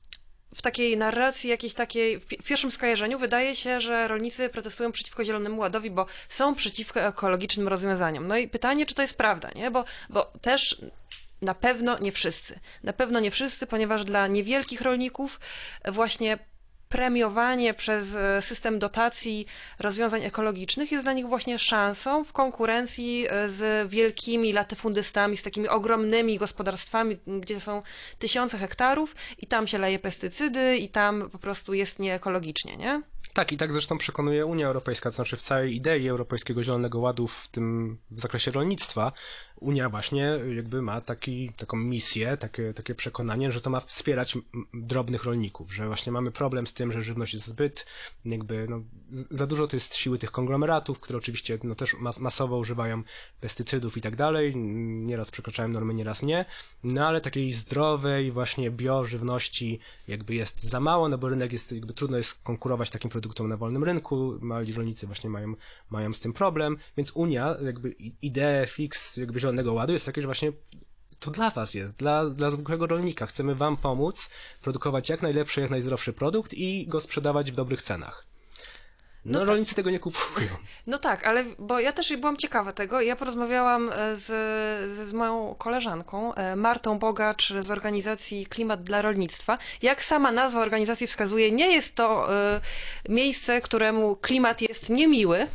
w takiej narracji jakiejś takiej, w pierwszym skojarzeniu wydaje się, że rolnicy protestują przeciwko Zielonemu Ładowi, bo są przeciwko ekologicznym rozwiązaniom. No i pytanie, czy to jest prawda, nie? Bo, bo też na pewno nie wszyscy. Na pewno nie wszyscy, ponieważ dla niewielkich rolników właśnie premiowanie przez system dotacji rozwiązań ekologicznych jest dla nich właśnie szansą w konkurencji z wielkimi latyfundystami, z takimi ogromnymi gospodarstwami, gdzie są tysiące hektarów i tam się leje pestycydy i tam po prostu jest nieekologicznie, nie? Tak, i tak zresztą przekonuje Unia Europejska, to znaczy w całej idei Europejskiego Zielonego Ładu w tym w zakresie rolnictwa Unia właśnie jakby ma taki, taką misję, takie, takie przekonanie, że to ma wspierać m- drobnych rolników, że właśnie mamy problem z tym, że żywność jest zbyt jakby, no, z- za dużo to jest siły tych konglomeratów, które oczywiście no, też mas- masowo używają pestycydów i tak dalej, nieraz przekraczają normy, nieraz nie, no ale takiej zdrowej właśnie biożywności jakby jest za mało, no bo rynek jest, jakby trudno jest konkurować takim produktom na wolnym rynku, mali rolnicy właśnie mają, mają z tym problem, więc Unia jakby idea fix jakby Zielonego Ładu jest takie, że właśnie to dla was jest, dla, dla zwykłego rolnika. Chcemy wam pomóc produkować jak najlepszy, jak najzdrowszy produkt i go sprzedawać w dobrych cenach. No, no rolnicy tak. tego nie kupują. No tak, ale bo ja też byłam ciekawa tego. Ja porozmawiałam z, z moją koleżanką Martą Bogacz z organizacji Klimat dla Rolnictwa. Jak sama nazwa organizacji wskazuje, nie jest to y, miejsce, któremu klimat jest niemiły.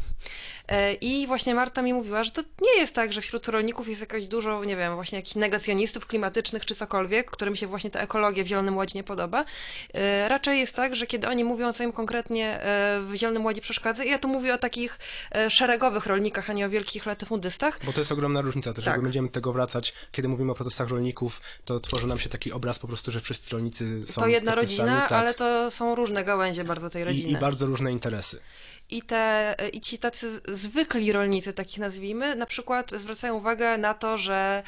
I właśnie Marta mi mówiła, że to nie jest tak, że wśród rolników jest jakoś dużo, nie wiem, właśnie jakichś negacjonistów klimatycznych czy cokolwiek, którym się właśnie ta ekologia w Zielonym Ładzie nie podoba. Raczej jest tak, że kiedy oni mówią, co im konkretnie w Zielonym Ładzie przeszkadza, i ja tu mówię o takich szeregowych rolnikach, a nie o wielkich latyfundystach. Bo to jest ogromna różnica też, tak. Jak będziemy do tego wracać, kiedy mówimy o protestach rolników, to tworzy nam się taki obraz po prostu, że wszyscy rolnicy są to jedna rodzina, tak. ale to są różne gałęzie bardzo tej rodziny. I, i bardzo różne interesy. I, te, I ci tacy zwykli rolnicy, takich nazwijmy, na przykład zwracają uwagę na to, że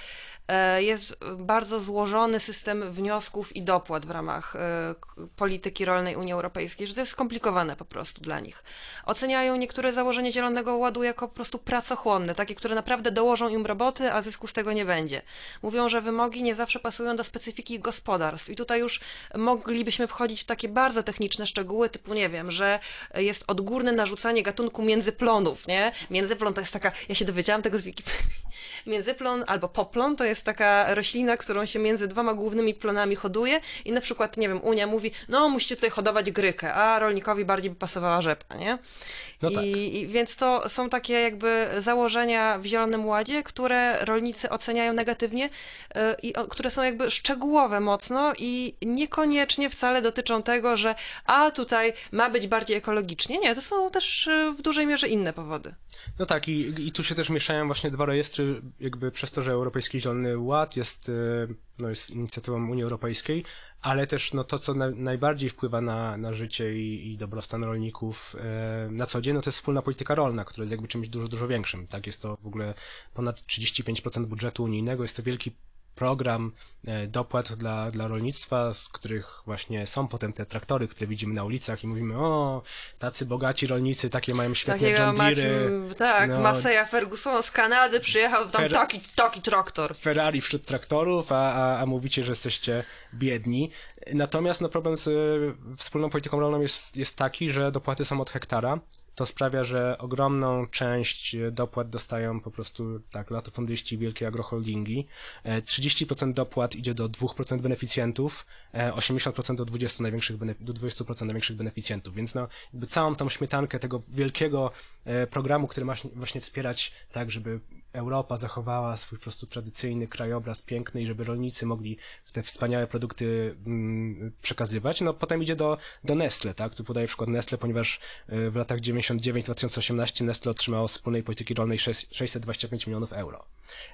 jest bardzo złożony system wniosków i dopłat w ramach polityki rolnej Unii Europejskiej, że to jest skomplikowane po prostu dla nich. Oceniają niektóre założenia Zielonego Ładu jako po prostu pracochłonne, takie, które naprawdę dołożą im roboty, a zysku z tego nie będzie. Mówią, że wymogi nie zawsze pasują do specyfiki gospodarstw i tutaj już moglibyśmy wchodzić w takie bardzo techniczne szczegóły, typu nie wiem, że jest odgórne narzucanie gatunku międzyplonów, nie? Międzyplon to jest taka, ja się dowiedziałam tego z Wikipedii, międzyplon albo poplon to jest taka roślina, którą się między dwoma głównymi plonami hoduje i na przykład, nie wiem, Unia mówi, no musicie tutaj hodować grykę, a rolnikowi bardziej by pasowała rzepa, nie? No I, tak. I więc to są takie jakby założenia w Zielonym Ładzie, które rolnicy oceniają negatywnie yy, i o, które są jakby szczegółowe mocno i niekoniecznie wcale dotyczą tego, że a tutaj ma być bardziej ekologicznie. Nie, to są też w dużej mierze inne powody. No tak, i, i tu się też mieszają właśnie dwa rejestry, jakby przez to, że Europejski Zielony Ład jest, no, jest inicjatywą Unii Europejskiej, ale też no, to, co na, najbardziej wpływa na, na życie i, i dobrostan rolników e, na co dzień, no to jest wspólna polityka rolna, która jest jakby czymś dużo, dużo większym. Tak, jest to w ogóle ponad trzydzieści pięć procent budżetu unijnego, jest to wielki program dopłat dla, dla rolnictwa, z których właśnie są potem te traktory, które widzimy na ulicach i mówimy, o, tacy bogaci rolnicy, takie mają świetne John Deere. Tak, no, Massey'a Ferguson z Kanady przyjechał tam Fer taki, taki traktor. Ferrari wśród traktorów, a, a, a mówicie, że jesteście biedni. Natomiast no, problem z y, wspólną polityką rolną jest, jest taki, że dopłaty są od hektara. To sprawia, że ogromną część dopłat dostają po prostu tak latyfundyści, wielkie agroholdingi. trzydzieści procent dopłat idzie do dwa procent beneficjentów, osiemdziesiąt procent do dwudziestu największych do dwudziestu procent największych beneficjentów. Więc no, jakby całą tą śmietankę tego wielkiego programu, który ma właśnie wspierać tak, żeby Europa zachowała swój po prostu tradycyjny krajobraz piękny i żeby rolnicy mogli te wspaniałe produkty mm, przekazywać. No potem idzie do, do Nestle, tak? Tu podaję przykład Nestle, ponieważ w latach dziewięćdziesiątym dziewiątym do dwa tysiące osiemnastego Nestle otrzymało z wspólnej polityki rolnej sześćset dwadzieścia pięć milionów euro.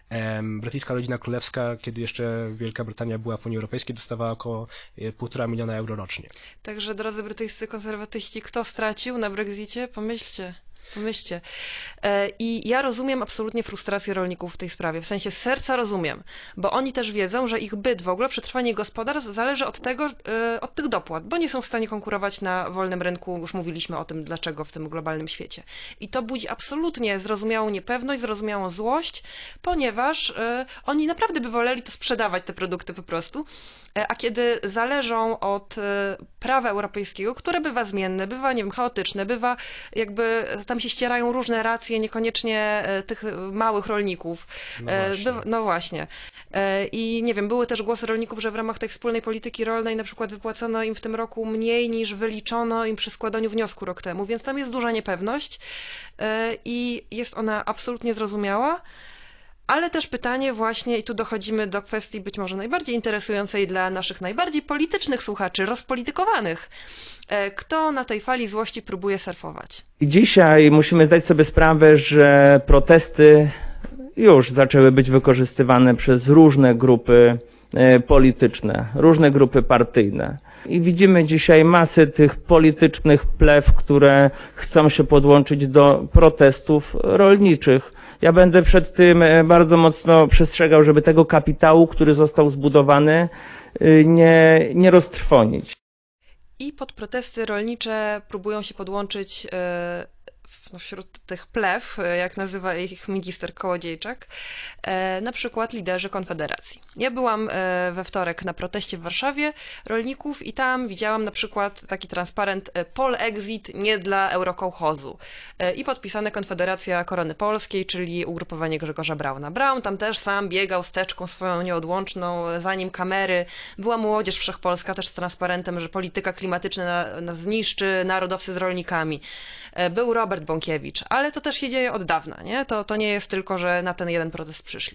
Um, brytyjska rodzina królewska, kiedy jeszcze Wielka Brytania była w Unii Europejskiej, dostawała około półtora miliona euro rocznie. Także, drodzy brytyjscy konserwatyści, kto stracił na Brexicie? Pomyślcie. Pomyślcie. I ja rozumiem absolutnie frustrację rolników w tej sprawie, w sensie z serca rozumiem, bo oni też wiedzą, że ich byt w ogóle, przetrwanie gospodarstw zależy od tego, od tych dopłat, bo nie są w stanie konkurować na wolnym rynku, już mówiliśmy o tym, dlaczego w tym globalnym świecie. I to budzi absolutnie zrozumiałą niepewność, zrozumiałą złość, ponieważ oni naprawdę by woleli to sprzedawać, te produkty po prostu, a kiedy zależą od prawa europejskiego, które bywa zmienne, bywa, nie wiem, chaotyczne, bywa jakby, tam się ścierają różne racje, niekoniecznie tych małych rolników. No właśnie. Bywa, no właśnie. I nie wiem, były też głosy rolników, że w ramach tej wspólnej polityki rolnej na przykład wypłacono im w tym roku mniej niż wyliczono im przy składaniu wniosku rok temu, więc tam jest duża niepewność i jest ona absolutnie zrozumiała. Ale też pytanie właśnie, i tu dochodzimy do kwestii być może najbardziej interesującej dla naszych najbardziej politycznych słuchaczy, rozpolitykowanych. Kto na tej fali złości próbuje surfować? I dzisiaj musimy zdać sobie sprawę, że protesty już zaczęły być wykorzystywane przez różne grupy polityczne, różne grupy partyjne. I widzimy dzisiaj masę tych politycznych plew, które chcą się podłączyć do protestów rolniczych. Ja będę przed tym bardzo mocno przestrzegał, żeby tego kapitału, który został zbudowany, nie, nie roztrwonić. I pod protesty rolnicze próbują się podłączyć yy... No, wśród tych plew, jak nazywa ich minister Kołodziejczak, e, na przykład liderzy Konfederacji. Ja byłam e, we wtorek na proteście w Warszawie rolników i tam widziałam na przykład taki transparent e, Polexit nie dla eurokołchozu e, i podpisane Konfederacja Korony Polskiej, czyli ugrupowanie Grzegorza Brauna. Braun tam też sam biegał z teczką swoją nieodłączną, za nim kamery. Była Młodzież Wszechpolska też z transparentem, że polityka klimatyczna nas zniszczy, narodowcy z rolnikami. E, był Robert Bąkiewicz. Ale to też się dzieje od dawna, nie? To, to nie jest tylko, że na ten jeden protest przyszli.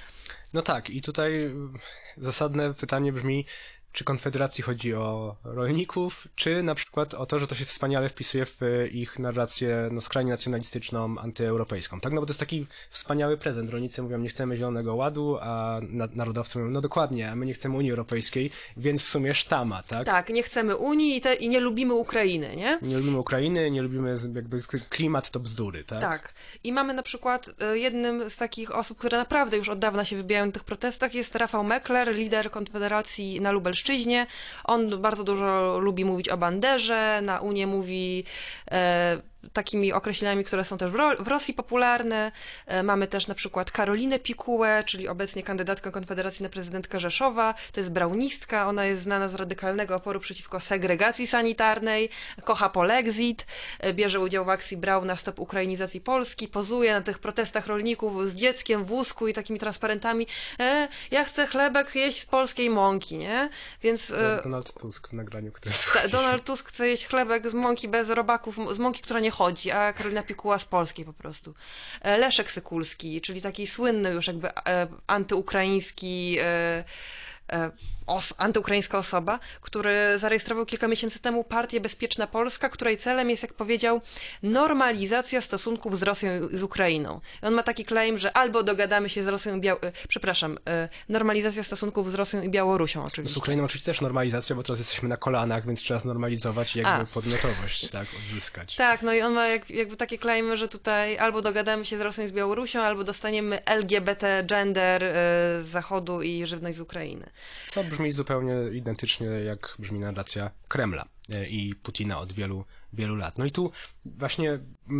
No tak, i tutaj zasadne pytanie brzmi, czy Konfederacji chodzi o rolników, czy na przykład o to, że to się wspaniale wpisuje w ich narrację no, skrajnie nacjonalistyczną, antyeuropejską, tak? No bo to jest taki wspaniały prezent. Rolnicy mówią, nie chcemy Zielonego Ładu, a na narodowcy mówią, no dokładnie, a my nie chcemy Unii Europejskiej, więc w sumie sztama, tak? Tak, nie chcemy Unii i, te, i nie lubimy Ukrainy, nie? Nie lubimy Ukrainy, nie lubimy jakby klimat to bzdury, tak? Tak. I mamy na przykład jednym z takich osób, które naprawdę już od dawna się wybijają na tych protestach, jest Rafał Meckler, lider Konfederacji na Lubelszczyźnie. On bardzo dużo lubi mówić o banderze, na Unię mówi e, takimi określeniami, które są też w, Ro w Rosji popularne. E, mamy też na przykład Karolinę Pikułę, czyli obecnie kandydatkę Konfederacji na prezydentkę Rzeszowa. To jest braunistka, ona jest znana z radykalnego oporu przeciwko segregacji sanitarnej, kocha Polexit, e, bierze udział w akcji Brauna Stop Ukrainizacji Polski, pozuje na tych protestach rolników z dzieckiem w wózku i takimi transparentami. E, ja chcę chlebek jeść z polskiej mąki, nie? Więc... E, Donald Tusk w nagraniu, które słuchaliśmy. Donald Tusk chce jeść chlebek z mąki bez robaków, z mąki, która nie chodzi, a Karolina Pikuła z polskiej po prostu. Leszek Sykulski, czyli taki słynny już jakby e, antyukraiński e, e, os, antyukraińska osoba, który zarejestrował kilka miesięcy temu partię Bezpieczna Polska, której celem jest, jak powiedział, normalizacja stosunków z Rosją i z Ukrainą. I on ma taki claim, że albo dogadamy się z Rosją i Biał... Przepraszam, e, normalizacja stosunków z Rosją i Białorusią oczywiście. Z Ukrainą oczywiście też normalizacja, bo teraz jesteśmy na kolanach, więc trzeba znormalizować i jakby A. podmiotowość, tak, odzyskać. Tak, no i on ma jak, jakby takie claimy, że tutaj albo dogadamy się z Rosją i z Białorusią, albo dostaniemy L G B T gender e, z Zachodu i żywność z Ukrainy. Co brzmi zupełnie identycznie jak brzmi narracja Kremla i Putina od wielu, wielu lat. No i tu właśnie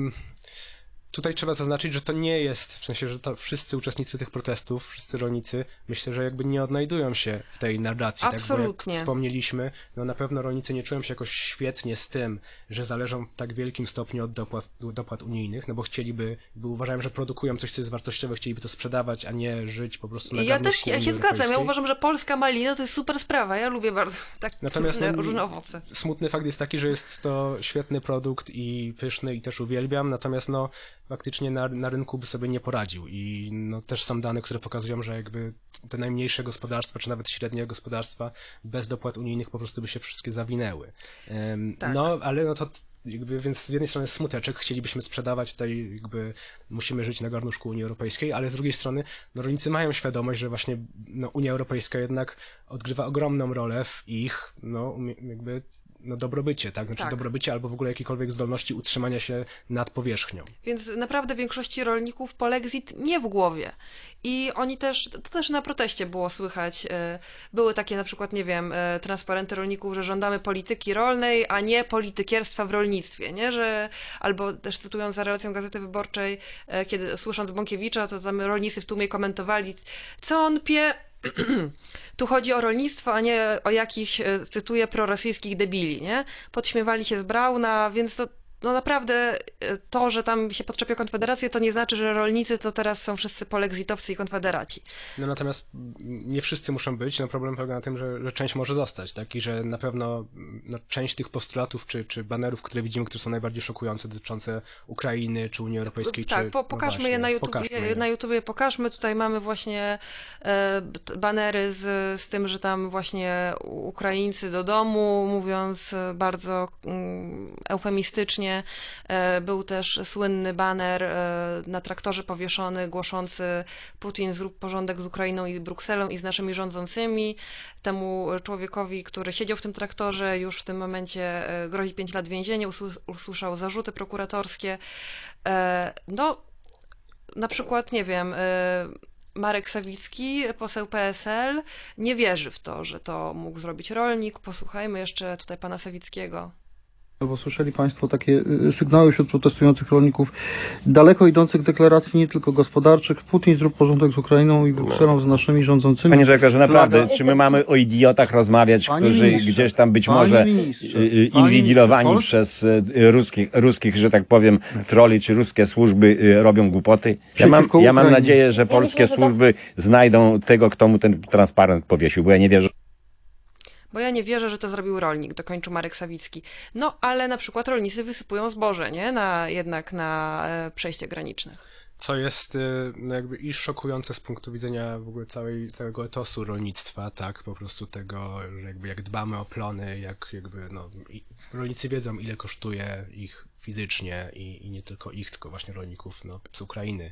tutaj trzeba zaznaczyć, że to nie jest, w sensie, że to wszyscy uczestnicy tych protestów, wszyscy rolnicy, myślę, że jakby nie odnajdują się w tej narracji. Absolutnie. Tak, bo jak wspomnieliśmy, no na pewno rolnicy nie czują się jakoś świetnie z tym, że zależą w tak wielkim stopniu od dopłat, dopłat unijnych, no bo chcieliby, bo uważają, że produkują coś, co jest wartościowe, chcieliby to sprzedawać, a nie żyć po prostu na I ja też, ja się zgadzam, ja uważam, uważam, że polska malina to jest super sprawa, ja lubię bardzo tak Natomiast różne, no, różne owoce. Smutny fakt jest taki, że jest to świetny produkt i pyszny i też uwielbiam, natomiast no faktycznie na, na rynku by sobie nie poradził i no też są dane, które pokazują, że jakby te najmniejsze gospodarstwa, czy nawet średnie gospodarstwa bez dopłat unijnych po prostu by się wszystkie zawinęły. Um, tak. No, ale no to jakby, więc z jednej strony smuteczek, chcielibyśmy sprzedawać, tutaj jakby musimy żyć na garnuszku Unii Europejskiej, ale z drugiej strony no rolnicy mają świadomość, że właśnie no, Unia Europejska jednak odgrywa ogromną rolę w ich, no jakby no dobrobycie, tak? Znaczy tak. dobrobycie albo w ogóle jakiejkolwiek zdolności utrzymania się nad powierzchnią. Więc naprawdę większości rolników polexit nie w głowie. I oni też, to też na proteście było słychać, były takie na przykład, nie wiem, transparenty rolników, że żądamy polityki rolnej, a nie politykierstwa w rolnictwie, nie? Że, albo też cytując za relacją Gazety Wyborczej, kiedy słysząc Bąkiewicza, to tam rolnicy w tłumie komentowali, co on pie... Tu chodzi o rolnictwo, a nie o jakichś, cytuję, prorosyjskich debili, nie? Podśmiewali się z Brauna, więc to no naprawdę to, że tam się podczepia Konfederację, to nie znaczy, że rolnicy to teraz są wszyscy polexitowcy i konfederaci. No natomiast nie wszyscy muszą być, no problem polega na tym, że, że część może zostać, tak? I że na pewno no, część tych postulatów czy, czy banerów, które widzimy, które są najbardziej szokujące, dotyczące Ukrainy czy Unii Europejskiej, tak, czy... po, pokażmy no je na YouTube, pokażmy je. na YouTubie, pokażmy. Tutaj mamy właśnie e, banery z, z tym, że tam właśnie Ukraińcy do domu, mówiąc bardzo mm, eufemistycznie. Był też słynny baner na traktorze powieszony, głoszący: Putin, zrób porządek z Ukrainą i Brukselą i z naszymi rządzącymi. Temu człowiekowi, który siedział w tym traktorze, już w tym momencie grozi pięć lat więzienia, usłyszał zarzuty prokuratorskie. No, na przykład, nie wiem, Marek Sawicki, poseł P S L, nie wierzy w to, że to mógł zrobić rolnik. Posłuchajmy jeszcze tutaj pana Sawickiego. Bo słyszeli Państwo takie sygnały wśród protestujących rolników, daleko idących deklaracji, nie tylko gospodarczych. Putin, zrób porządek z Ukrainą i Brukselą, z naszymi rządzącymi. Panie Rzekarze, naprawdę, czy my mamy o idiotach rozmawiać, Panie którzy ministrze, gdzieś tam być panie może ministrze, inwigilowani panie- przez y, ruskich, ruskich, że tak powiem, troli czy ruskie służby y, robią głupoty? Ja mam, Przeciwko ja mam Ukrainie. nadzieję, że polskie służby znajdą tego, kto mu ten transparent powiesił, bo ja nie wierzę. Bo ja nie wierzę, że to zrobił rolnik, dokończył Marek Sawicki. No, ale na przykład rolnicy wysypują zboże, nie? Na, jednak na e, przejściach granicznych. Co jest y, no jakby i szokujące z punktu widzenia w ogóle całej, całego etosu rolnictwa, tak, po prostu tego, że jakby jak dbamy o plony, jak jakby, no, i rolnicy wiedzą, ile kosztuje ich fizycznie i, i nie tylko ich, tylko właśnie rolników, no, z Ukrainy,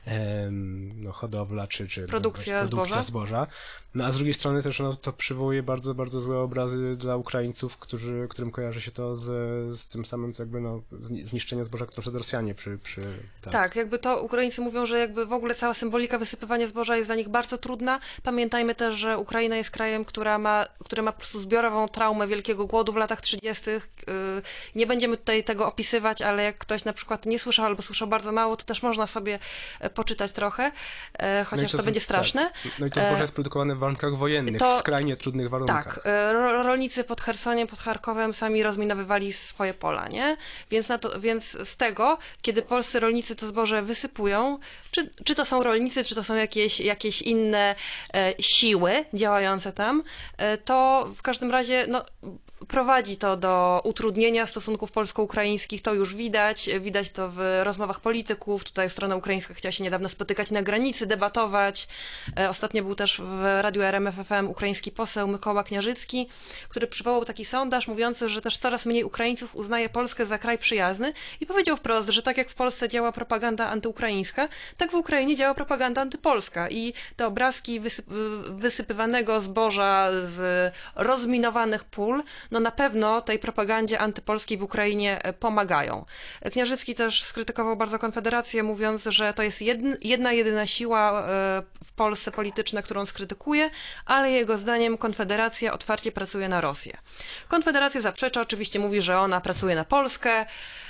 ehm, no, hodowla czy, czy Produkcja no, produkcja zboża. zboża. No a z drugiej strony też, no, to przywołuje bardzo, bardzo złe obrazy dla Ukraińców, którzy, którym kojarzy się to z, z tym samym, jakby, no, zniszczenia zboża, które przed Rosjanie przy, przy tak. Tak, jakby to Ukraińcy mówią, że jakby w ogóle cała symbolika wysypywania zboża jest dla nich bardzo trudna. Pamiętajmy też, że Ukraina jest krajem, która ma, który ma po prostu zbiorową traumę wielkiego głodu w latach trzydziestych. Nie będziemy tutaj tego opisywać, ale jak ktoś na przykład nie słyszał albo słyszał bardzo mało, to też można sobie poczytać trochę, chociaż no to, to będzie straszne. Tak. No i to zboże jest produkowane w warunkach wojennych, to, w skrajnie trudnych warunkach. Tak, ro, rolnicy pod Chersoniem, pod Charkowem sami rozminowywali swoje pola, nie? Więc, na to, więc z tego, kiedy polscy rolnicy to zboże wysypują, czy, czy to są rolnicy, czy to są jakieś, jakieś inne e, siły działające tam, e, to w każdym razie, no, prowadzi to do utrudnienia stosunków polsko-ukraińskich, to już widać, widać to w rozmowach polityków, tutaj strona ukraińska chciała się niedawno spotykać na granicy, debatować. Ostatnio był też w radiu R M F F M ukraiński poseł Mykoła Kniarzycki, który przywołał taki sondaż mówiący, że też coraz mniej Ukraińców uznaje Polskę za kraj przyjazny i powiedział wprost, że tak jak w Polsce działa propaganda antyukraińska, tak w Ukrainie działa propaganda antypolska i te obrazki wysyp wysypywanego zboża z rozminowanych pól, no na pewno tej propagandzie antypolskiej w Ukrainie pomagają. Kniarzycki też skrytykował bardzo Konfederację, mówiąc, że to jest jedna, jedna jedyna siła w Polsce polityczna, którą skrytykuje, ale jego zdaniem Konfederacja otwarcie pracuje na Rosję. Konfederacja zaprzecza, oczywiście mówi, że ona pracuje na Polskę.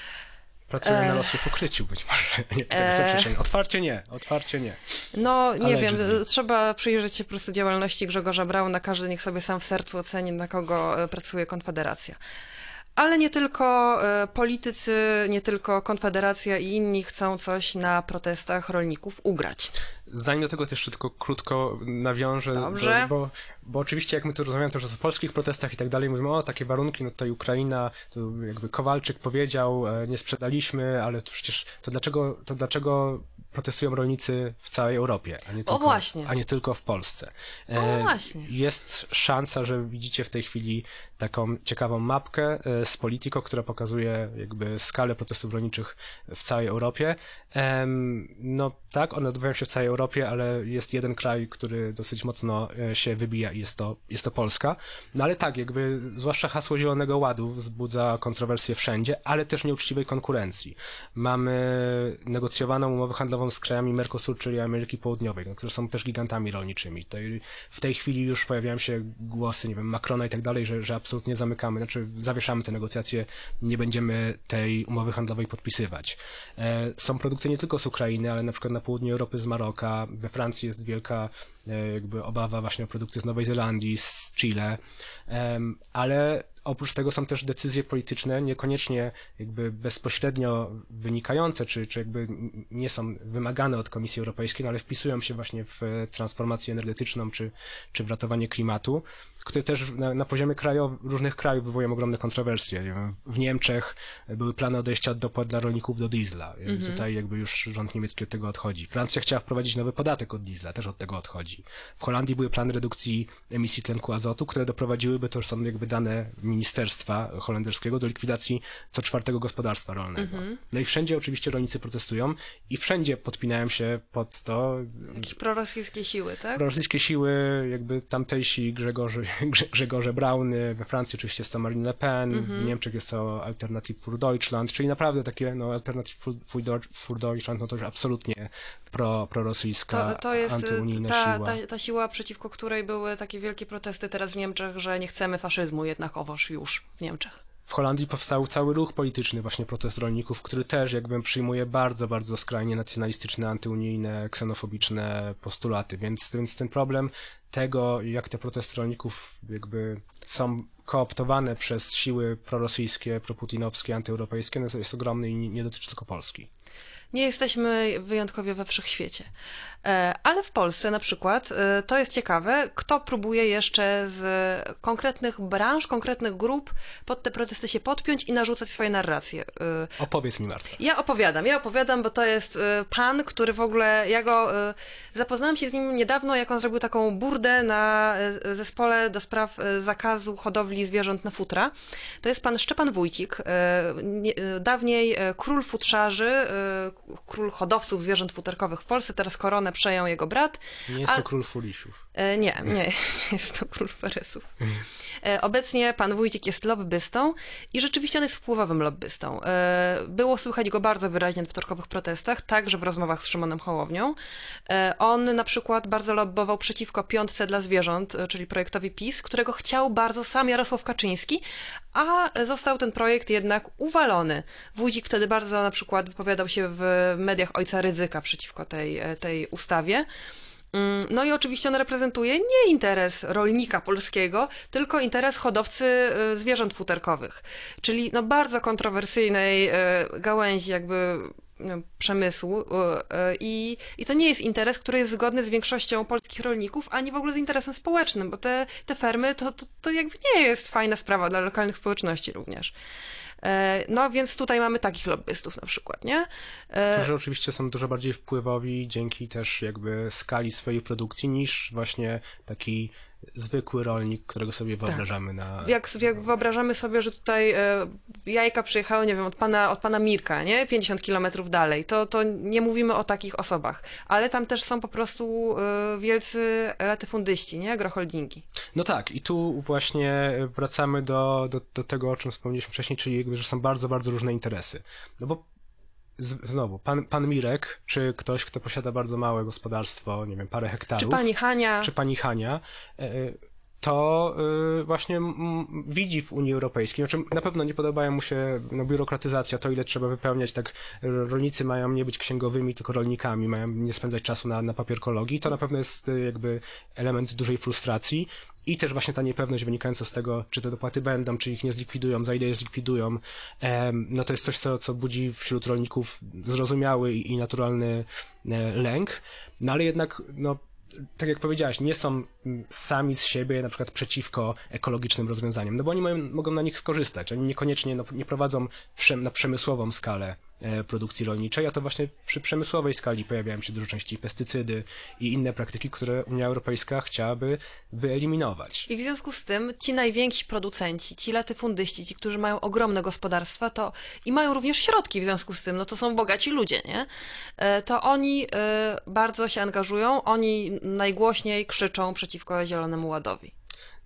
Pracuje e... na Rosję w ukryciu być może. Nie, tego e... Otwarcie nie, otwarcie nie. No nie Ale wiem, żywi. trzeba przyjrzeć się po prostu działalności Grzegorza Brauna, każdy niech sobie sam w sercu oceni, na kogo pracuje Konfederacja. Ale nie tylko politycy, nie tylko Konfederacja i inni chcą coś na protestach rolników ugrać. Zanim do tego to jeszcze tylko krótko nawiążę, Dobrze. Bo, bo, bo oczywiście jak my tu rozmawiamy też o polskich protestach i tak dalej, mówimy, o takie warunki, no tutaj Ukraina, to jakby Kowalczyk powiedział, nie sprzedaliśmy, ale to przecież to dlaczego, to dlaczego protestują rolnicy w całej Europie, a nie tylko, o właśnie. A nie tylko w Polsce. O właśnie. Jest szansa, że widzicie w tej chwili taką ciekawą mapkę z Politico, która pokazuje jakby skalę protestów rolniczych w całej Europie. No tak, one odbywają się w całej Europie, ale jest jeden kraj, który dosyć mocno się wybija i jest to, jest to Polska. No ale tak, jakby zwłaszcza hasło Zielonego Ładu wzbudza kontrowersje wszędzie, ale też nieuczciwej konkurencji. Mamy negocjowaną umowę handlową z krajami Mercosur, czyli Ameryki Południowej, no, które są też gigantami rolniczymi. Tutaj w tej chwili już pojawiają się głosy, nie wiem, Macrona i tak dalej, że, że absolutnie absolutnie zamykamy, znaczy zawieszamy te negocjacje, nie będziemy tej umowy handlowej podpisywać. Są produkty nie tylko z Ukrainy, ale na przykład na południu Europy z Maroka, we Francji jest wielka jakby obawa właśnie o produkty z Nowej Zelandii, z Chile, ale oprócz tego są też decyzje polityczne, niekoniecznie jakby bezpośrednio wynikające, czy, czy jakby nie są wymagane od Komisji Europejskiej, no ale wpisują się właśnie w transformację energetyczną, czy, czy w ratowanie klimatu, które też na, na poziomie krajow, różnych krajów wywołują ogromne kontrowersje. Nie wiem, w Niemczech były plany odejścia od dopłat dla rolników do diesla. Mhm. Tutaj jakby już rząd niemiecki od tego odchodzi. Francja chciała wprowadzić nowy podatek od diesla, też od tego odchodzi. W Holandii były plany redukcji emisji tlenku azotu, które doprowadziłyby, to już są jakby dane ministerstwa holenderskiego, do likwidacji co czwartego gospodarstwa rolnego. Mhm. No i wszędzie oczywiście rolnicy protestują i wszędzie podpinają się pod to... Jakieś prorosyjskie siły, tak? Prorosyjskie siły, jakby tamtejsi Grzegorzy, Grzegorze Brauny, we Francji oczywiście jest to Marine Le Pen, mhm. w Niemczech jest to Alternative für Deutschland, czyli naprawdę takie, no, Alternative für Deutschland, no to już absolutnie pro, prorosyjska, to, to jest antyunijna ta, siła. Ta, ta siła, przeciwko której były takie wielkie protesty teraz w Niemczech, że nie chcemy faszyzmu jednakowoż już w Niemczech. W Holandii powstał cały ruch polityczny, właśnie protest rolników, który też jakby przyjmuje bardzo, bardzo skrajnie nacjonalistyczne, antyunijne, ksenofobiczne postulaty, więc, więc ten problem tego, jak te protesty rolników jakby są kooptowane przez siły prorosyjskie, proputinowskie, antyeuropejskie, no to jest ogromny i nie dotyczy tylko Polski. Nie jesteśmy wyjątkowi we wszechświecie. Ale w Polsce na przykład, to jest ciekawe, kto próbuje jeszcze z konkretnych branż, konkretnych grup pod te protesty się podpiąć i narzucać swoje narracje. Opowiedz mi, Marta. Ja opowiadam, ja opowiadam, bo to jest pan, który w ogóle, ja go zapoznałam się z nim niedawno, jak on zrobił taką burdę na zespole do spraw zakazu hodowli zwierząt na futra. To jest pan Szczepan Wójcik, dawniej król futrzarzy, król hodowców zwierząt futerkowych w Polsce, teraz koronę przejął jego brat. Nie jest a... to król Fulisiów. E, nie, nie, nie jest to król Feresów. E, obecnie pan Wójcik jest lobbystą i rzeczywiście on jest wpływowym lobbystą. E, było słychać go bardzo wyraźnie w wtorkowych protestach, także w rozmowach z Szymonem Hołownią. E, on na przykład bardzo lobbował przeciwko piątce dla zwierząt, czyli projektowi PiS, którego chciał bardzo sam Jarosław Kaczyński, a został ten projekt jednak uwalony. Wójcik wtedy bardzo na przykład wypowiadał się w mediach ojca Rydzyka przeciwko tej, tej ustawie. No i oczywiście on reprezentuje nie interes rolnika polskiego, tylko interes hodowcy zwierząt futerkowych, czyli no bardzo kontrowersyjnej gałęzi jakby przemysłu i, i to nie jest interes, który jest zgodny z większością polskich rolników, ani w ogóle z interesem społecznym, bo te, te fermy to, to, to jakby nie jest fajna sprawa dla lokalnych społeczności również. No więc tutaj mamy takich lobbystów na przykład, nie? Którzy oczywiście są dużo bardziej wpływowi dzięki też jakby skali swojej produkcji niż właśnie taki zwykły rolnik, którego sobie wyobrażamy tak. na... Jak, jak wyobrażamy sobie, że tutaj e, jajka przyjechały, nie wiem, od pana, od pana Mirka, nie? pięćdziesiąt kilometrów dalej, to, to nie mówimy o takich osobach. Ale tam też są po prostu e, wielcy latyfundyści, nie? Agroholdingi. No tak, i tu właśnie wracamy do, do, do tego, o czym wspomnieliśmy wcześniej, czyli jakby, że są bardzo, bardzo różne interesy. No bo znowu, pan, pan Mirek, czy ktoś, kto posiada bardzo małe gospodarstwo, nie wiem, parę hektarów. Czy pani Hania. Czy pani Hania, to właśnie widzi w Unii Europejskiej, znaczy na pewno nie podobają mu się no, biurokratyzacja, to ile trzeba wypełniać, tak rolnicy mają nie być księgowymi, tylko rolnikami, mają nie spędzać czasu na, na papierkologii, to na pewno jest jakby element dużej frustracji i też właśnie ta niepewność wynikająca z tego, czy te dopłaty będą, czy ich nie zlikwidują, za ile je zlikwidują, no to jest coś, co, co budzi wśród rolników zrozumiały i, i naturalny lęk, no ale jednak, no tak jak powiedziałaś, nie są sami z siebie na przykład przeciwko ekologicznym rozwiązaniom, no bo oni mają, mogą na nich skorzystać, oni niekoniecznie no, nie prowadzą prze, na przemysłową skalę e, produkcji rolniczej, a to właśnie przy przemysłowej skali pojawiają się dużo częściej pestycydy i inne praktyki, które Unia Europejska chciałaby wyeliminować. I w związku z tym ci najwięksi producenci, ci latyfundyści, ci, którzy mają ogromne gospodarstwa, to i mają również środki w związku z tym, no to są bogaci ludzie, nie? E, to oni e, bardzo się angażują, oni najgłośniej krzyczą przeciwko Zielonemu Ładowi.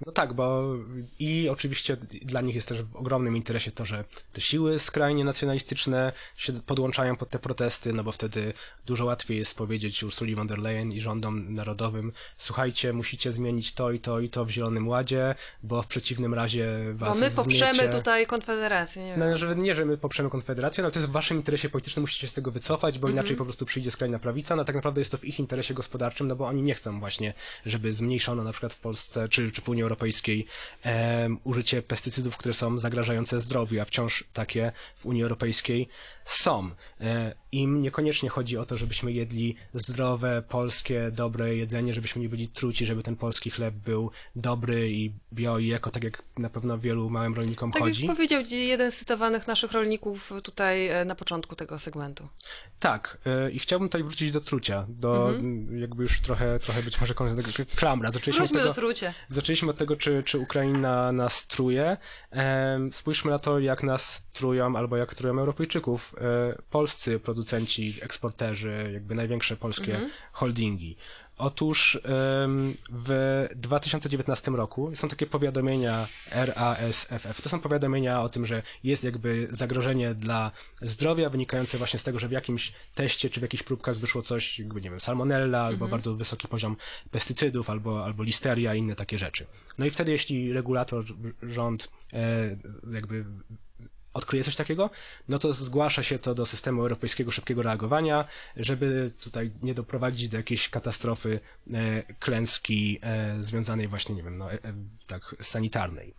No tak, bo i oczywiście dla nich jest też w ogromnym interesie to, że te siły skrajnie nacjonalistyczne się podłączają pod te protesty, no bo wtedy dużo łatwiej jest powiedzieć Ursuli von der Leyen i rządom narodowym: słuchajcie, musicie zmienić to i to i to w Zielonym Ładzie, bo w przeciwnym razie was Bo my poprzemy zmiecie. tutaj Konfederację, nie wiem. No, że nie, że my poprzemy Konfederację, ale to jest w waszym interesie politycznym, musicie się z tego wycofać, bo Mhm. inaczej po prostu przyjdzie skrajna prawica, no tak naprawdę jest to w ich interesie gospodarczym, no bo oni nie chcą właśnie, żeby zmniejszono na przykład w Polsce, czy, czy w Unii Europejskiej em, użycie pestycydów, które są zagrażające zdrowiu, a wciąż takie w Unii Europejskiej są. E, Im niekoniecznie chodzi o to, żebyśmy jedli zdrowe, polskie, dobre jedzenie, żebyśmy nie byli truci, żeby ten polski chleb był dobry i bio i eko, tak jak na pewno wielu małym rolnikom Tak chodzi. jak powiedział jeden z cytowanych naszych rolników tutaj e, na początku tego segmentu. Tak, y, i chciałbym tutaj wrócić do trucia, do Mhm. y, jakby już trochę, trochę być może końca tego klamra. Zaczęliśmy od Wróćmy tego, do trucia. zaczęliśmy od tego, czy, czy Ukraina nas truje. Em, spójrzmy na to, jak nas trują, albo jak trują Europejczyków. E, polscy producenci, eksporterzy, jakby największe polskie Mhm. holdingi. Otóż em, w dwa tysiące dziewiętnastym roku są takie powiadomienia R A S F F. To są powiadomienia o tym, że jest jakby zagrożenie dla zdrowia wynikające właśnie z tego, że w jakimś teście czy w jakichś próbkach wyszło coś, jakby nie wiem, salmonella, albo Mhm. bardzo wysoki poziom pestycydów, albo, albo listeria i inne takie rzeczy. No i wtedy, jeśli regulator, rząd e, jakby odkryje coś takiego, no to zgłasza się to do systemu europejskiego szybkiego reagowania, żeby tutaj nie doprowadzić do jakiejś katastrofy, e, klęski e, związanej właśnie, nie wiem, no, e, e, tak, sanitarnej.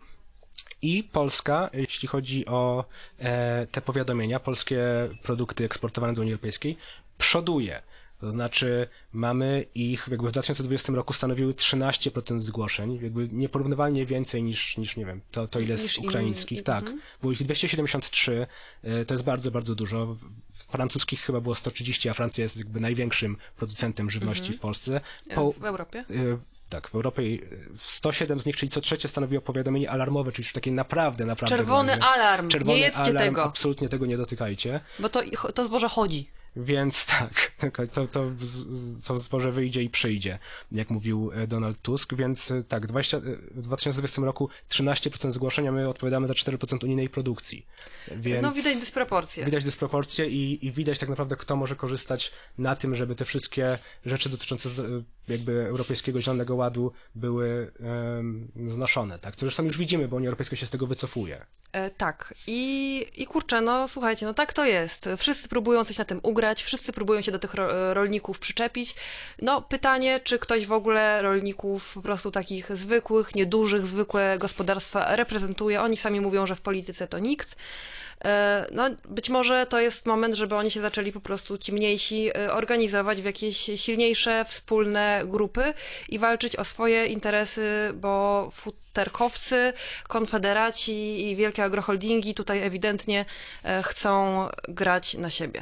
I Polska, jeśli chodzi o e, te powiadomienia, polskie produkty eksportowane do Unii Europejskiej, przoduje. To znaczy mamy ich, jakby w dwa tysiące dwudziestym roku stanowiły trzynaście procent zgłoszeń, jakby nieporównywalnie więcej niż, niż nie wiem, to, to ile Niż z inni- ukraińskich, tak. mhm. Było ich dwieście siedemdziesiąt trzy, y, to jest bardzo, bardzo dużo. W, w francuskich chyba było sto trzydzieści, a Francja jest jakby największym producentem żywności Mhm. w Polsce. W Europie? y, w- tak, w Europie y, sto siedem z nich, czyli co trzecie stanowiło powiadomienie alarmowe, czyli już takie naprawdę, naprawdę Czerwony ważne. alarm, Czerwony nie jedzcie alarm, tego. absolutnie tego nie dotykajcie. Bo to, to zboże chodzi. Więc tak, tylko to, to, w- to zboże wyjdzie i przyjdzie, jak mówił e, Donald Tusk, więc e, tak, dwadzieścia, e, w dwa tysiące dwudziestym roku trzynaście procent zgłoszenia, my odpowiadamy za cztery procent unijnej produkcji. Więc No widać dysproporcje. widać dysproporcje i, i widać tak naprawdę, kto może korzystać na tym, żeby te wszystkie rzeczy dotyczące e, jakby Europejskiego Zielonego Ładu były em, znoszone, tak? To zresztą już widzimy, bo Unia Europejska się z tego wycofuje. E, tak. I, I kurczę, no słuchajcie, no tak to jest. Wszyscy próbują coś na tym ugrać, wszyscy próbują się do tych ro rolników przyczepić. No pytanie, czy ktoś w ogóle rolników po prostu takich zwykłych, niedużych, zwykłe gospodarstwa reprezentuje. Oni sami mówią, że w polityce to nikt. E, no być może to jest moment, żeby oni się zaczęli po prostu ci mniejsi e, organizować w jakieś silniejsze, wspólne grupy i walczyć o swoje interesy, bo futerkowcy, konfederaci i wielkie agroholdingi tutaj ewidentnie e, chcą grać na siebie.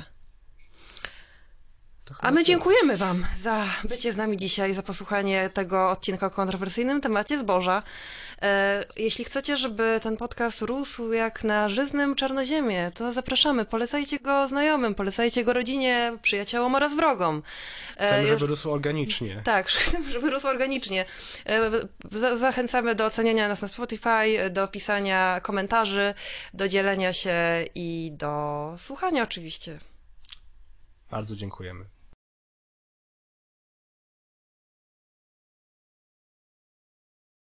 A my dziękujemy Wam za bycie z nami dzisiaj, za posłuchanie tego odcinka o kontrowersyjnym temacie zboża. E, jeśli chcecie, żeby ten podcast rósł jak na żyznym czarnoziemie, to zapraszamy, polecajcie go znajomym, polecajcie go rodzinie, przyjaciołom oraz wrogom. E, Chcemy, żeby rósł organicznie. tak, żeby rósł organicznie. E, za- Zachęcamy do oceniania nas na Spotify, do pisania komentarzy, do dzielenia się i do słuchania oczywiście. Bardzo dziękujemy.